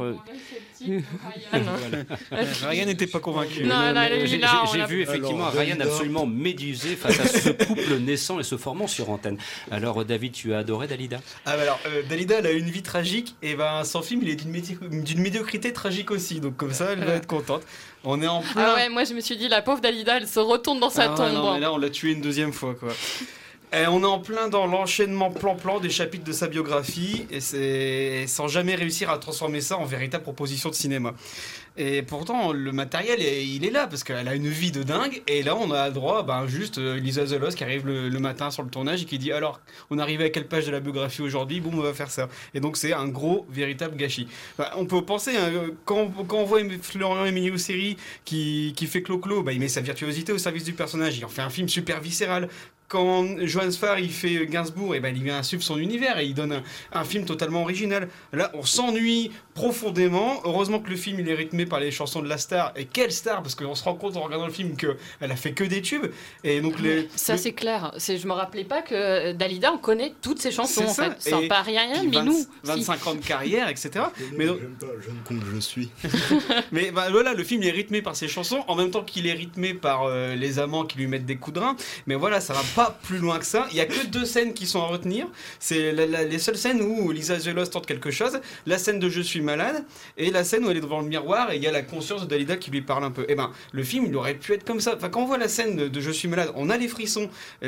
Speaker 8: Ryan n'était pas convaincu.
Speaker 7: J'ai vu effectivement Ryan absolument médusé face à ce couple naissant et se formant sur antenne. Alors, David, tu as adoré Dalida?
Speaker 8: Dalida, elle a une vie tragique, et son film, il est d'une médiocrité tragique aussi. Donc comme ça, elle va être contente. On est en plein...
Speaker 13: Ah ouais, moi je me suis dit, la pauvre Dalida, elle se retourne dans sa tombe.
Speaker 8: Non, mais là, on l'a tuée une deuxième fois, quoi. Et on est en plein dans l'enchaînement plan-plan des chapitres de sa biographie, et c'est sans jamais réussir à transformer ça en véritable proposition de cinéma. Et pourtant, le matériel, il est là, parce qu'elle a une vie de dingue, et là, on a droit juste Lisa Zelos qui arrive le matin sur le tournage et qui dit « Alors, on est arrivé à quelle page de la biographie aujourd'hui ? Bon, on va faire ça. » Et donc, c'est un gros, véritable gâchis. On peut penser, quand on voit Florian Emilio-Seri qui fait Clo-Clo, il met sa virtuosité au service du personnage, il en fait un film super viscéral. Quand Johannes Farr il fait Gainsbourg, il vient suivre son univers et il donne un film totalement original. Là, on s'ennuie profondément. Heureusement que le film il est rythmé par les chansons de la star. Et quelle star, parce qu'on se rend compte en regardant le film qu'elle a fait que des tubes. Et donc
Speaker 13: c'est clair. Je me rappelais pas que Dalida, on connaît toutes ses chansons en fait. Sans pas rien, mais nous.
Speaker 8: 25 ans de carrière, etc. Mais donc,
Speaker 9: j'aime pas, jeune con que je suis.
Speaker 8: Mais voilà, le film est rythmé par ses chansons, en même temps qu'il est rythmé par les amants qui lui mettent des coups de rein. Mais voilà, ça va pas plus loin que ça. Il y a que 2 scènes qui sont à retenir. C'est les seules scènes où Lisa Zelos tente quelque chose. La scène de Je suis malade et la scène où elle est devant le miroir et il y a la conscience de Dalida qui lui parle un peu. Le film, il aurait pu être comme ça. Quand on voit la scène de Je suis malade, on a les frissons.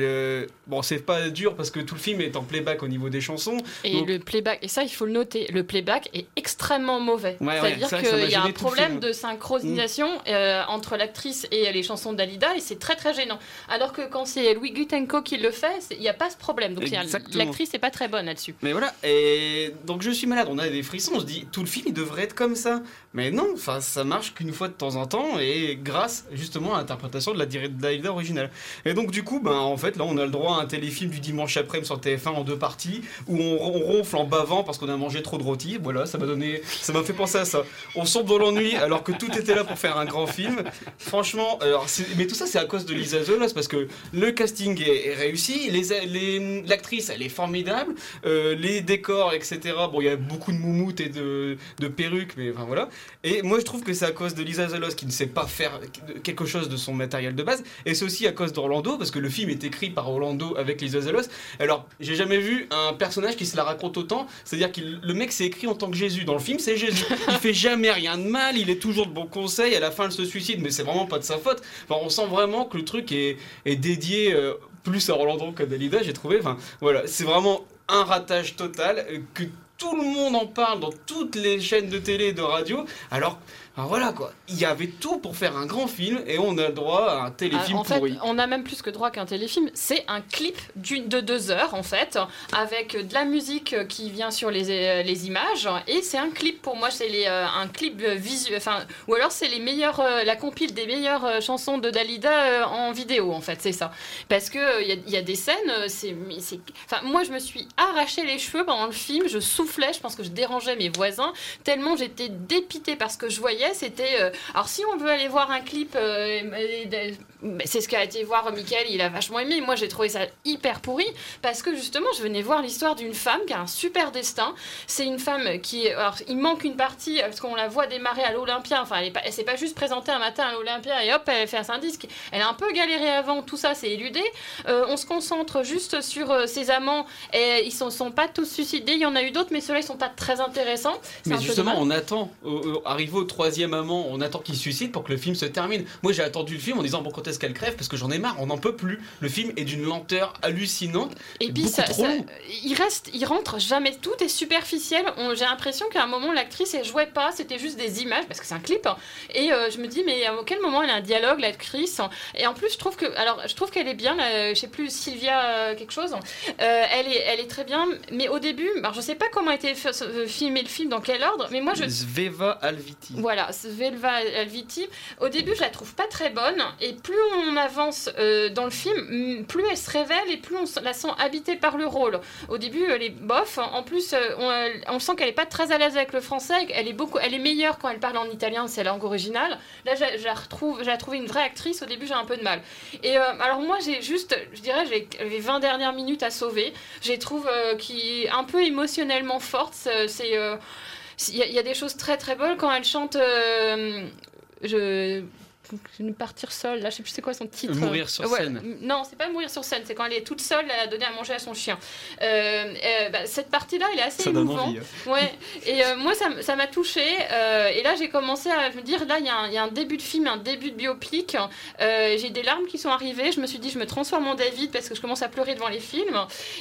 Speaker 8: C'est pas dur parce que tout le film est en playback au niveau des chansons.
Speaker 13: Et le playback, et ça, il faut le noter, le playback est extrêmement mauvais. C'est-à-dire qu'il y a un problème de synchronisation entre l'actrice et les chansons de Dalida et c'est très très gênant. Alors que quand c'est Louis Gutenko qui le fait, il n'y a pas ce problème. Donc l'actrice n'est pas très bonne là-dessus.
Speaker 8: Mais voilà, et donc Je suis malade, on a des frissons, on se dit tout le film il devrait être comme ça. Mais non, ça marche qu'une fois de temps en temps et grâce justement à l'interprétation de la Dalida originale. Et donc du coup, en fait là on a le droit à un téléfilm du dimanche après-midi sur TF1 en 2 parties où on ronfle en bavant parce qu'on a mangé trop de rôti. Voilà, ça m'a fait penser à ça. On sombre dans l'ennui alors que tout était là pour faire un grand film. Franchement, mais tout ça c'est à cause de Lisa Zelos parce que le casting est réussi, l'actrice elle est formidable, les décors etc. Bon, il y a beaucoup de moumoutes et de perruques, mais enfin voilà. Et moi je trouve que c'est à cause de Lisa Zelos qui ne sait pas faire quelque chose de son matériel de base, et c'est aussi à cause d'Orlando, parce que le film est écrit par Orlando avec Lisa Zelos. Alors j'ai jamais vu un personnage qui se la raconte autant, c'est-à-dire que le mec s'est écrit en tant que Jésus. Dans le film c'est Jésus, il fait jamais rien de mal, il est toujours de bons conseils, à la fin elle se suicide, mais c'est vraiment pas de sa faute. Enfin, on sent vraiment que le truc est dédié plus à Orlando qu'à Dalida, j'ai trouvé. Enfin voilà, c'est vraiment un ratage total, que tout le monde en parle dans toutes les chaînes de télé et de radio, alors voilà quoi, il y avait tout pour faire un grand film et on a le droit à un téléfilm pourri.
Speaker 13: En fait, on a même plus que droit qu'un téléfilm, c'est un clip de 2 heures en fait, avec de la musique qui vient sur les images, et c'est un clip, pour moi c'est un clip visuel, enfin, ou alors c'est la compile des meilleures chansons de Dalida en vidéo en fait, c'est ça. Parce que il y a des scènes, enfin, moi je me suis arraché les cheveux pendant le film, je soufflais, je pense que je dérangeais mes voisins, tellement j'étais dépitée par ce que je voyais. C'était alors si on veut aller voir un clip, c'est ce qu'a été voir Mickaël, il a vachement aimé. Moi j'ai trouvé ça hyper pourri, parce que justement je venais voir l'histoire d'une femme qui a un super destin. C'est une femme alors il manque une partie parce qu'on la voit démarrer à l'Olympia, enfin elle s'est pas juste présentée un matin à l'Olympia et hop elle fait un disque. Elle a un peu galéré avant, tout ça c'est éludé. On se concentre juste sur ses amants, et ils sont pas tous suicidés, il y en a eu d'autres, mais ceux-là ils sont pas très intéressants.
Speaker 8: Mais justement on attend, arrivé au 3e amant, on attend qu'il se suicide pour que le film se termine. Moi j'ai attendu le film en disant bon, quand est-ce qu'elle crève, parce que j'en ai marre, on n'en peut plus. Le film est d'une lenteur hallucinante.
Speaker 13: Et puis il rentre jamais, tout est superficiel. J'ai l'impression qu'à un moment l'actrice elle jouait pas, c'était juste des images parce que c'est un clip. Et je me dis mais à quel moment elle a un dialogue l'actrice. Et en plus je trouve qu'elle est bien, je sais plus, Sylvia quelque chose. Elle est très bien, mais au début, alors je sais pas comment a été filmé le film, dans quel ordre, mais moi
Speaker 8: Sveva Alviti.
Speaker 13: Voilà, Sveva Alviti. Au début, je la trouve pas très bonne, et plus on avance dans le film, plus elle se révèle et plus on la sent habitée par le rôle. Au début, elle est bof. En plus, on sent qu'elle est pas très à l'aise avec le français. Elle est meilleure quand elle parle en italien, c'est la langue originale. Là, j'ai trouvé une vraie actrice. Au début, j'ai un peu de mal. Et alors moi, j'ai 20 dernières minutes à sauver. Je trouve qui est un peu émotionnellement forte. Il y a des choses très très belles quand elle chante. Je vais partir seule, là je sais plus c'est quoi son titre.
Speaker 8: Mourir sur scène.
Speaker 13: Non, c'est pas mourir sur scène, c'est quand elle est toute seule, elle a donné à manger à son chien. Cette partie-là, elle est assez émouvante. Ouais. Et moi, ça m'a touchée. Et là, j'ai commencé à me dire, là, il y a un début de film, un début de biopic. J'ai des larmes qui sont arrivées. Je me suis dit, je me transforme en David parce que je commence à pleurer devant les films.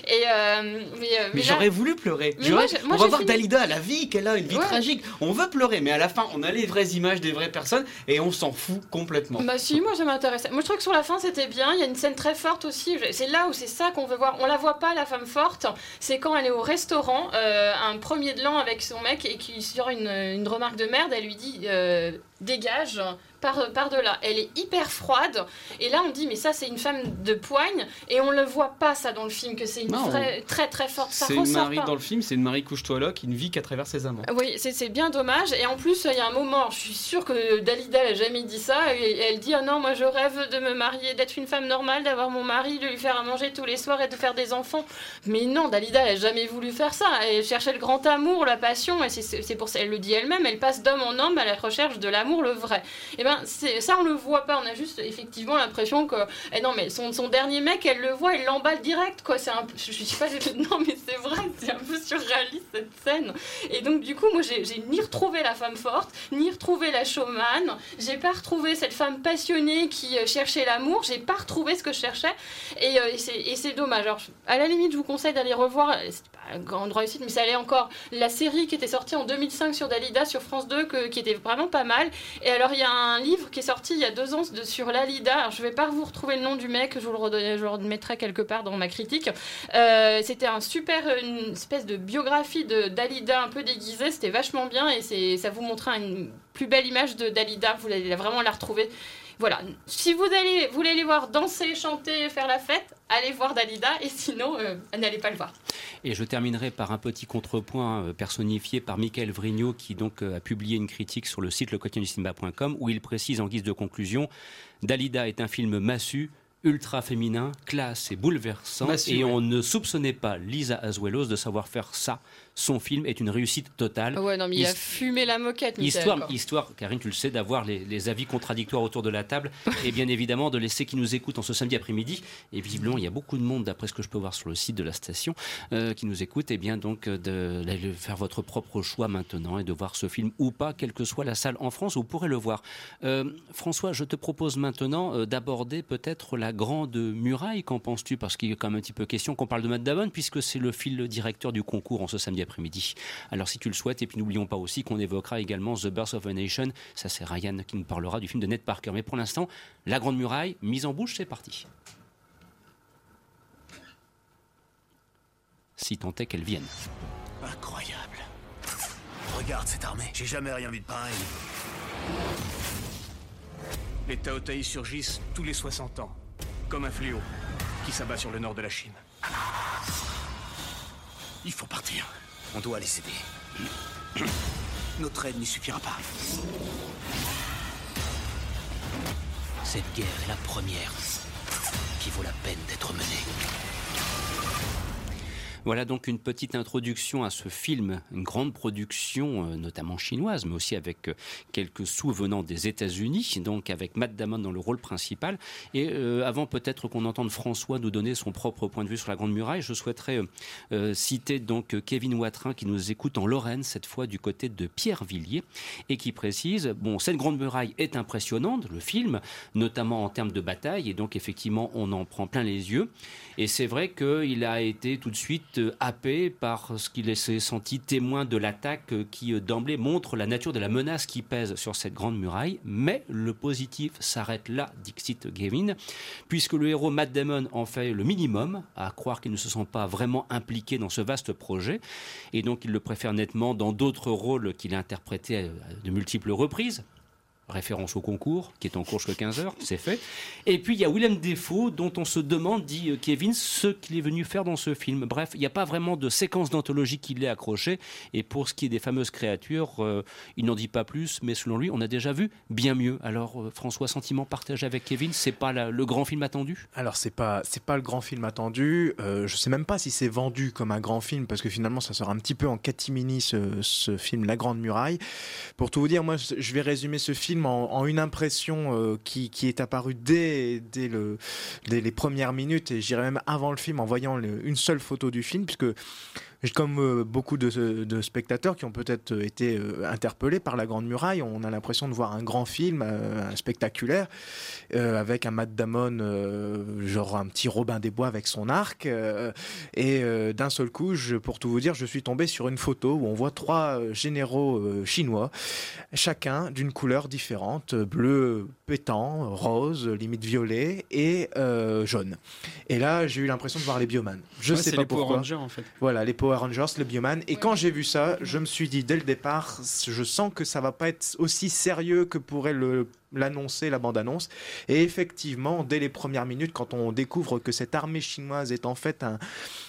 Speaker 8: Mais j'aurais voulu pleurer. On va voir Dalida, la vie qu'elle a, une vie tragique. On veut pleurer, mais à la fin, on a les vraies images des vraies personnes et on s'en fout complètement.
Speaker 13: Bah si, moi ça m'intéresse. Moi je trouve que sur la fin c'était bien. Il y a une scène très forte aussi. C'est là où c'est ça qu'on veut voir. On la voit pas, la femme forte. C'est quand elle est au restaurant, un premier de l'an avec son mec, et qui sur une remarque de merde, elle lui dit dégage. Par de là. Elle est hyper froide. Et là, on dit, mais ça, c'est une femme de poigne. Et on le voit pas, ça, dans le film, que c'est une vraie, très, très forte. Ça
Speaker 8: c'est une Marie dans le film, c'est une Marie couche-toi là qui ne vit qu'à travers ses amants.
Speaker 13: Oui, c'est bien dommage. Et en plus, il y a un moment, je suis sûre que Dalida n'a jamais dit ça. Et elle dit, ah non, moi, je rêve de me marier, d'être une femme normale, d'avoir mon mari, de lui faire à manger tous les soirs et de faire des enfants. Mais non, Dalida, elle n'a jamais voulu faire ça. Elle cherchait le grand amour, la passion. Et c'est pour ça, elle le dit elle-même, elle passe d'homme en homme à la recherche de l'amour, le vrai. Et ça on le voit pas, on a juste effectivement l'impression que non mais son dernier mec, elle le voit, elle l'emballe direct quoi. Je suis pas non mais c'est vrai, c'est un peu surréaliste cette scène. Et donc du coup moi j'ai ni retrouvé la femme forte, ni retrouvé la showman, j'ai pas retrouvé cette femme passionnée qui cherchait l'amour, j'ai pas retrouvé ce que je cherchais, et c'est dommage. Alors à la limite je vous conseille d'aller revoir, c'est pas une grande réussite mais ça allait encore, la série qui était sortie en 2005 sur Dalida sur France 2 qui était vraiment pas mal. Et alors il y a un livre qui est sorti il y a 2 ans sur Dalida. Alors je vais pas vous retrouver le nom du mec, je vous le remettrai quelque part dans ma critique. C'était une espèce de biographie de Dalida un peu déguisée, c'était vachement bien et ça vous montrait une plus belle image de Dalida, vous allez vraiment la retrouver. Voilà, si vous voulez aller voir danser, chanter, faire la fête, allez voir Dalida, et sinon, n'allez pas le voir.
Speaker 7: Et je terminerai par un petit contrepoint personnifié par Mickaël Vrignot, qui donc a publié une critique sur le site lequotidienducinéma.com, où il précise en guise de conclusion: Dalida est un film massu, ultra féminin, classe et bouleversant, et on ne soupçonnait pas Lisa Azuelos de savoir faire ça. Son film est une réussite totale.
Speaker 13: Ouais, non, mais il a fumé la moquette, Michael.
Speaker 7: Histoire, Karine, tu le sais, d'avoir les avis contradictoires autour de la table et bien évidemment de laisser qui nous écoutent en ce samedi après-midi. Et visiblement, il y a beaucoup de monde, d'après ce que je peux voir sur le site de la station, qui nous écoute. Et bien donc, de faire votre propre choix maintenant et de voir ce film ou pas, quelle que soit la salle en France, vous pourrez le voir. François, je te propose maintenant d'aborder peut-être la Grande Muraille. Qu'en penses-tu? Parce qu'il y a quand même un petit peu question qu'on parle de Matt Damon, puisque c'est le fil directeur du concours en ce samedi après-midi. Alors si tu le souhaites, et puis n'oublions pas aussi qu'on évoquera également The Birth of a Nation. Ça, c'est Ryan qui nous parlera du film de Ned Parker. Mais pour l'instant, la Grande Muraille, mise en bouche, c'est parti. Si tant est qu'elle vienne.
Speaker 20: Incroyable. Regarde cette armée, j'ai jamais rien vu de pareil. Les Taotai surgissent tous les 60 ans, comme un fléau qui s'abat sur le nord de la Chine. Il faut partir. On doit les aider. Notre aide n'y suffira pas.
Speaker 19: Cette guerre est la première qui vaut la peine d'être menée.
Speaker 7: Voilà donc une petite introduction à ce film, une grande production notamment chinoise, mais aussi avec quelques sous venant des États-Unis, donc avec Matt Damon dans le rôle principal. Et avant peut-être qu'on entende François nous donner son propre point de vue sur la Grande Muraille, je souhaiterais citer donc Kevin Watrin qui nous écoute en Lorraine, cette fois du côté de Pierrevilliers, et qui précise, bon, cette Grande Muraille est impressionnante, le film, notamment en termes de bataille, et donc effectivement on en prend plein les yeux. Et c'est vrai qu'il a été tout de suite happé par ce qu'il s'est senti témoin de l'attaque qui d'emblée montre la nature de la menace qui pèse sur cette Grande Muraille. Mais le positif s'arrête là, dixit Gavin, puisque le héros Matt Damon en fait le minimum, à croire qu'il ne se sent pas vraiment impliqué dans ce vaste projet, et donc il le préfère nettement dans d'autres rôles qu'il a interprétés à de multiples reprises. Référence au concours, qui est en cours jusqu'à 15h, c'est fait. Et puis il y a Willem Dafoe, dont on se demande, dit Kevin, ce qu'il est venu faire dans ce film. Bref, il n'y a pas vraiment de séquence d'anthologie qui l'ait accroché. Et pour ce qui est des fameuses créatures, il n'en dit pas plus, mais selon lui, on a déjà vu bien mieux. Alors François, sentiment partagé avec Kevin, c'est pas le grand film attendu?
Speaker 6: Alors c'est pas le grand film attendu. Je sais même pas si c'est vendu comme un grand film, parce que finalement ça sort un petit peu en catimini ce film La Grande Muraille. Pour tout vous dire, moi je vais résumer ce film en une impression qui est apparue dès les premières minutes, et j'irais même avant le film en voyant une seule photo du film, puisque comme beaucoup de spectateurs qui ont peut-être été interpellés par La Grande Muraille, on a l'impression de voir un grand film spectaculaire avec un Matt Damon, genre un petit Robin des Bois avec son arc, et d'un seul coup, pour tout vous dire, je suis tombé sur une photo où on voit 3 généraux chinois, chacun d'une couleur différente, bleu pétant, rose, limite violet et jaune. Et là, j'ai eu l'impression de voir les Bioman. Je sais pas pourquoi.
Speaker 8: Power Rangers, en fait.
Speaker 6: Voilà, les Power Rangers, le Bioman. Et quand j'ai vu ça, je me suis dit dès le départ, je sens que ça va pas être aussi sérieux que pourrait l'annoncer la bande-annonce. Et effectivement, dès les premières minutes, quand on découvre que cette armée chinoise est en fait un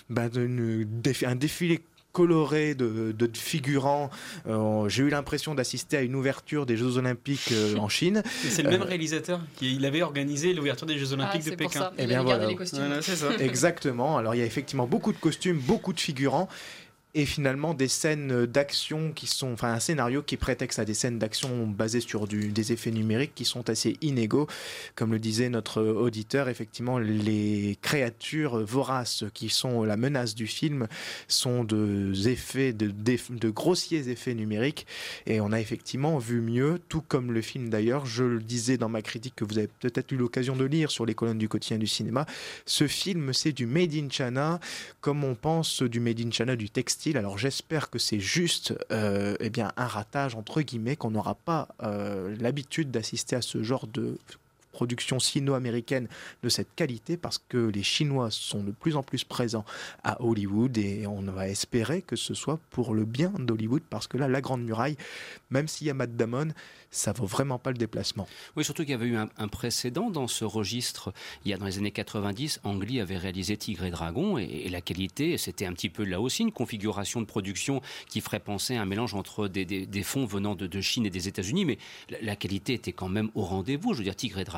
Speaker 6: défilé coloré de figurants. J'ai eu l'impression d'assister à une ouverture des Jeux Olympiques en Chine.
Speaker 8: Et c'est le même réalisateur il avait organisé l'ouverture des Jeux Olympiques de Pékin.
Speaker 6: Et bien voilà.
Speaker 13: Les costumes.
Speaker 8: Voilà, c'est ça.
Speaker 6: Exactement. Alors il y a effectivement beaucoup de costumes, beaucoup de figurants. Et finalement des scènes d'action qui sont, enfin un scénario qui prétexte à des scènes d'action basées sur des effets numériques qui sont assez inégaux. Comme le disait notre auditeur, effectivement les créatures voraces qui sont la menace du film sont de grossiers effets numériques, et on a effectivement vu mieux, tout comme le film d'ailleurs. Je le disais dans ma critique que vous avez peut-être eu l'occasion de lire sur les colonnes du quotidien du cinéma, ce film c'est du Made in China, comme on pense du Made in China du textile. Alors j'espère que c'est juste un ratage entre guillemets, qu'on n'aura pas l'habitude d'assister à ce genre de production sino-américaine de cette qualité, parce que les Chinois sont de plus en plus présents à Hollywood, et on va espérer que ce soit pour le bien d'Hollywood, parce que là, La Grande Muraille, même s'il y a Matt Damon, ça vaut vraiment pas le déplacement.
Speaker 7: Oui, surtout qu'il y avait eu un précédent dans ce registre. Il y a dans les années 90, Ang Lee avait réalisé Tigre et Dragon, et la qualité, c'était un petit peu là aussi une configuration de production qui ferait penser à un mélange entre des fonds venant de Chine et des États-Unis, mais la qualité était quand même au rendez-vous. Je veux dire, Tigre et Dragon,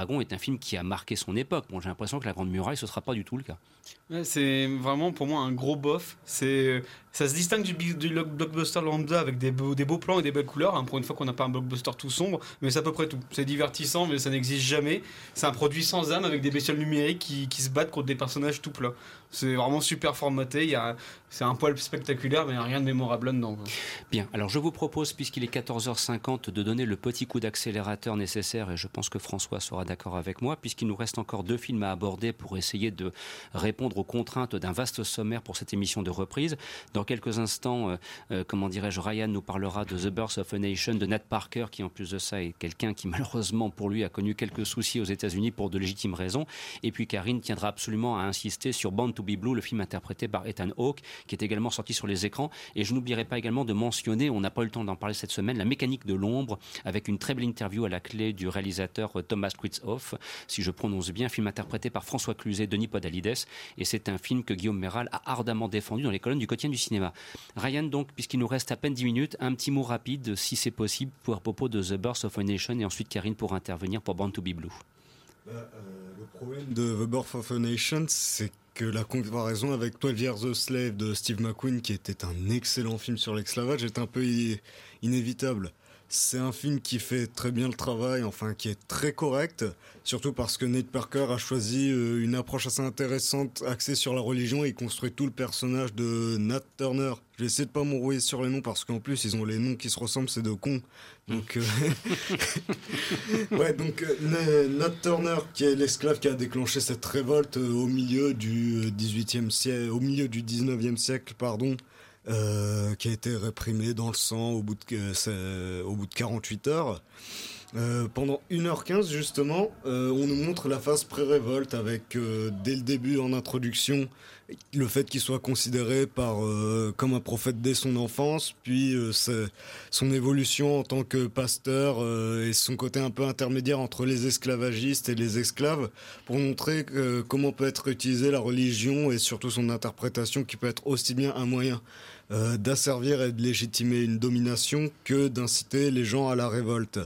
Speaker 7: Dragon est un film qui a marqué son époque. Bon, j'ai l'impression que La Grande Muraille, ce ne sera pas du tout le cas.
Speaker 8: Ouais, c'est vraiment pour moi un gros bof. Ça se distingue du blockbuster lambda avec des beaux plans et des belles couleurs. Pour une fois qu'on n'a pas un blockbuster tout sombre, mais c'est à peu près tout. C'est divertissant, mais ça n'existe jamais. C'est un produit sans âme avec des bestioles numériques qui se battent contre des personnages tout plats. C'est vraiment super formaté. C'est un poil spectaculaire, mais il n'y a rien de mémorable là-dedans.
Speaker 7: Bien, alors je vous propose, puisqu'il est 14h50, de donner le petit coup d'accélérateur nécessaire, et je pense que François sera d'accord avec moi, puisqu'il nous reste encore 2 films à aborder pour essayer de répondre aux contraintes d'un vaste sommaire pour cette émission de reprise. Dans quelques instants, Ryan nous parlera de The Birth of a Nation de Nat Parker, qui en plus de ça est quelqu'un qui malheureusement pour lui a connu quelques soucis aux États-Unis pour de légitimes raisons. Et puis Karine tiendra absolument à insister sur Born to Be Blue, le film interprété par Ethan Hawke, qui est également sorti sur les écrans. Et je n'oublierai pas également de mentionner, on n'a pas eu le temps d'en parler cette semaine, La Mécanique de l'ombre, avec une très belle interview à la clé du réalisateur Thomas Kritzoff, si je prononce bien, film interprété par François Cluzet, Denis Podalides, et c'est un film que Guillaume Méral a ardemment défendu dans les colonnes du quotidien du cinéma. Ryan, donc, puisqu'il nous reste à peine 10 minutes, un petit mot rapide, si c'est possible, à propos de The Birth of a Nation, et ensuite Karine pourra intervenir pour Born to Be Blue.
Speaker 9: Le problème de The Birth of a Nation, c'est que la comparaison avec 12 Years a Slave de Steve McQueen, qui était un excellent film sur l'esclavage, est un peu inévitable. C'est un film qui fait très bien le travail, qui est très correct, surtout parce que Nate Parker a choisi une approche assez intéressante axée sur la religion et il construit tout le personnage de Nat Turner. Je vais essayer de pas m'enrouiller sur les noms parce qu'en plus ils ont les noms qui se ressemblent, c'est de cons. Donc, Nat Turner, qui est l'esclave qui a déclenché cette révolte au milieu du 19e siècle, qui a été réprimé dans le sang au bout de 48 heures. Pendant 1h15 justement, on nous montre la phase pré-révolte avec dès le début en introduction le fait qu'il soit considéré comme un prophète dès son enfance, puis son évolution en tant que pasteur et son côté un peu intermédiaire entre les esclavagistes et les esclaves, pour montrer comment peut être utilisée la religion et surtout son interprétation qui peut être aussi bien un moyen d'asservir et de légitimer une domination que d'inciter les gens à la révolte.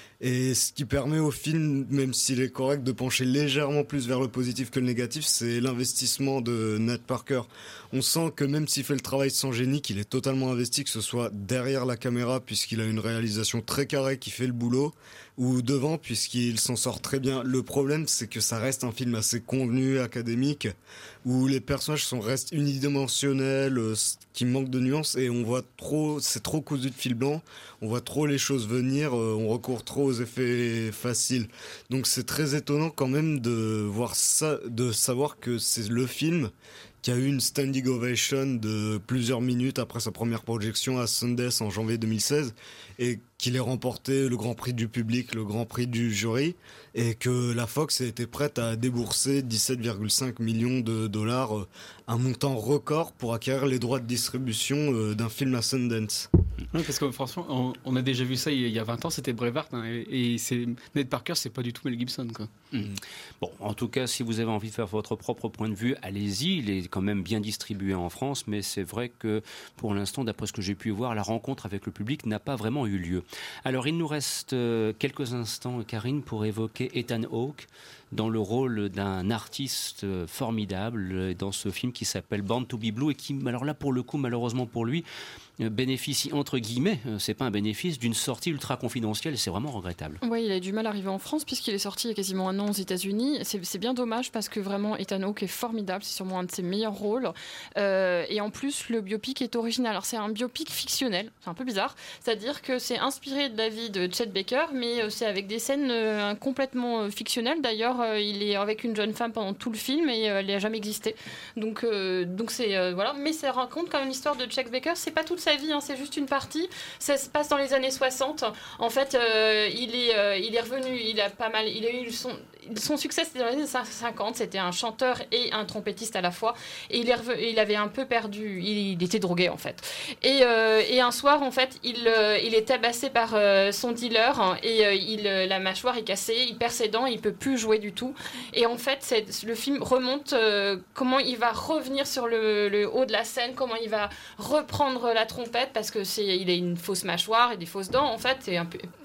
Speaker 9: Et ce qui permet au film, même s'il est correct, de pencher légèrement plus vers le positif que le négatif, c'est l'investissement de Nat Parker. On sent que même s'il fait le travail sans génie, qu'il est totalement investi, que ce soit derrière la caméra, puisqu'il a une réalisation très carrée qui fait le boulot, ou devant, puisqu'il s'en sort très bien. Le problème, c'est que ça reste un film assez convenu, académique, où les personnages restent unidimensionnels, qui manquent de nuances, et on voit trop, c'est trop cousu de fil blanc, on voit trop les choses venir, on recourt trop aux effets faciles. Donc c'est très étonnant quand même de voir ça, de savoir que c'est le film qui a eu une standing ovation de plusieurs minutes après sa première projection à Sundance en janvier 2016, et qu'il ait remporté le grand prix du public, le grand prix du jury, et que la Fox était prête à débourser 17,5 millions de dollars, un montant record pour acquérir les droits de distribution d'un film à Sundance.
Speaker 8: Oui, parce que franchement, on a déjà vu ça il y a 20 ans, c'était Braveheart, et Ned Parker, c'est pas du tout Mel Gibson, quoi.
Speaker 7: Bon, en tout cas, si vous avez envie de faire votre propre point de vue, allez-y, il est quand même bien distribué en France, mais c'est vrai que pour l'instant, d'après ce que j'ai pu voir, la rencontre avec le public n'a pas vraiment eu lieu. Alors, il nous reste quelques instants, Karine, pour évoquer Ethan Hawke dans le rôle d'un artiste formidable dans ce film qui s'appelle Born to Be Blue, et qui, alors là, pour le coup, malheureusement pour lui, bénéficie, entre guillemets, c'est pas un bénéfice, d'une sortie ultra confidentielle, et c'est vraiment regrettable.
Speaker 13: Oui, il a du mal à arriver en France puisqu'il est sorti il y a quasiment un an aux États-Unis. C'est bien dommage parce que vraiment Ethan Hawke est formidable, c'est sûrement un de ses meilleurs rôles. Et en plus, le biopic est original. Alors c'est un biopic fictionnel, c'est un peu bizarre, c'est-à-dire que c'est inspiré de la vie de Chet Baker, mais c'est avec des scènes complètement fictionnelles. D'ailleurs, il est avec une jeune femme pendant tout le film et elle n'a jamais existé. Donc c'est voilà, mais ça raconte quand même l'histoire de Chet Baker. C'est pas toute sa vie, hein, c'est juste une partie. Ça se passe dans les années 60. En fait, il est revenu, il a eu son succès, c'était dans les années 50. C'était un chanteur et un trompettiste à la fois. Et il avait un peu perdu. Il était drogué en fait. Et un soir, en fait, il est tabassé par son dealer et la mâchoire est cassée. Il perd ses dents, il peut plus jouer du tout. Et en fait, le film remonte comment il va revenir sur le haut de la scène, comment il va reprendre la trompette parce que il a une fausse mâchoire et des fausses dents en fait, et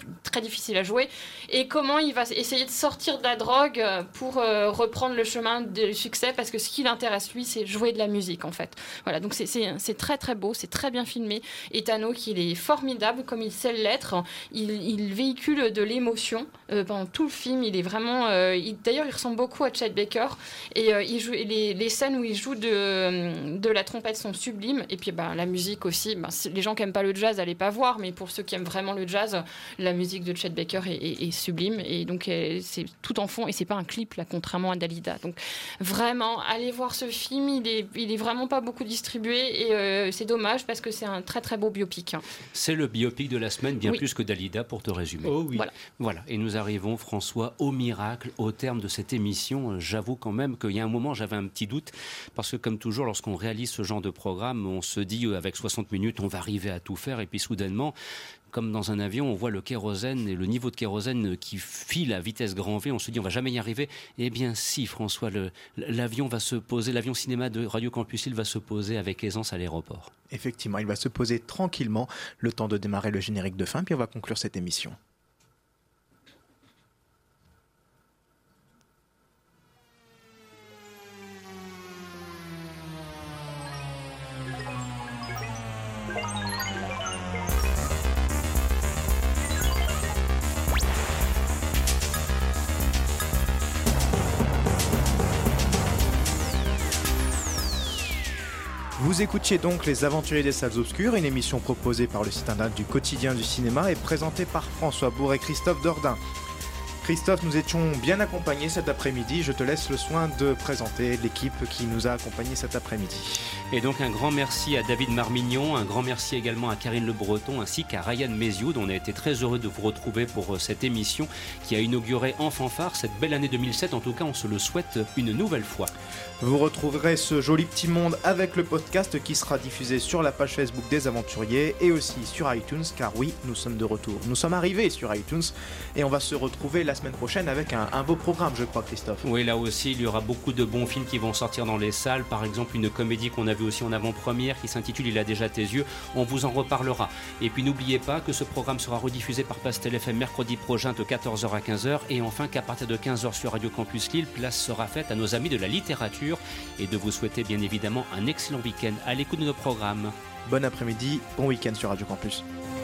Speaker 13: très difficile à jouer, et comment il va essayer de sortir de la drogue pour reprendre le chemin du succès, parce que ce qui l'intéresse lui, c'est jouer de la musique en fait. Voilà, donc c'est très très beau, c'est très bien filmé. Ethan Hawke, il est formidable comme il sait l'être. Il véhicule de l'émotion pendant tout le film. Il est vraiment, d'ailleurs, il ressemble beaucoup à Chet Baker, et il joue les scènes où il joue de la trompette sont sublimes. Et puis la musique aussi. Les gens qui aiment pas le jazz, allez pas voir, mais pour ceux qui aiment vraiment le jazz, la musique de Chet Baker est sublime, et donc c'est tout en fond, et c'est pas un clip là, contrairement à Dalida. Donc vraiment, allez voir ce film. Il est vraiment pas beaucoup distribué, et c'est dommage parce que c'est un très très beau biopic.
Speaker 7: C'est le biopic de la semaine, bien plus que Dalida, pour te résumer.
Speaker 8: Oh oui.
Speaker 7: Voilà. Et nous arrivons, François, au miracle, au terme de cette émission. J'avoue quand même qu'il y a un moment, j'avais un petit doute, parce que comme toujours, lorsqu'on réalise ce genre de programme, on se dit avec 60 minutes, on va arriver à tout faire, et puis soudainement, comme dans un avion, on voit le kérosène et le niveau de kérosène qui file à vitesse grand V. On se dit, on va jamais y arriver. Eh bien, si, François, l'avion va se poser, l'avion cinéma de Radio Campus Lille va se poser avec aisance à l'aéroport.
Speaker 6: Effectivement, il va se poser tranquillement, le temps de démarrer le générique de fin, puis on va conclure cette émission. Vous écoutiez donc Les Aventuriers des Salles Obscures, une émission proposée par le site internet du Quotidien du Cinéma et présentée par François Bourg et Christophe Dordain. Christophe, nous étions bien accompagnés cet après-midi. Je te laisse le soin de présenter l'équipe qui nous a accompagnés cet après-midi.
Speaker 7: Et donc un grand merci à David Marmignon, un grand merci également à Karine Le Breton ainsi qu'à Ryan Mézioud. On a été très heureux de vous retrouver pour cette émission qui a inauguré en fanfare cette belle année 2007. En tout cas, on se le souhaite une nouvelle fois.
Speaker 6: Vous retrouverez ce joli petit monde avec le podcast qui sera diffusé sur la page Facebook des Aventuriers et aussi sur iTunes, car oui, nous sommes de retour. Nous sommes arrivés sur iTunes et on va se retrouver la semaine prochaine avec un beau programme, je crois, Christophe.
Speaker 7: Oui, là aussi, il y aura beaucoup de bons films qui vont sortir dans les salles. Par exemple, une comédie qu'on a vue aussi en avant-première qui s'intitule Il a déjà tes yeux. On vous en reparlera. Et puis n'oubliez pas que ce programme sera rediffusé par Pastel FM mercredi prochain de 14h à 15h. Et enfin qu'à partir de 15h sur Radio Campus Lille, place sera faite à nos amis de la littérature et de vous souhaiter bien évidemment un excellent week-end à l'écoute de nos programmes.
Speaker 6: Bon après-midi, bon week-end sur Radio Campus.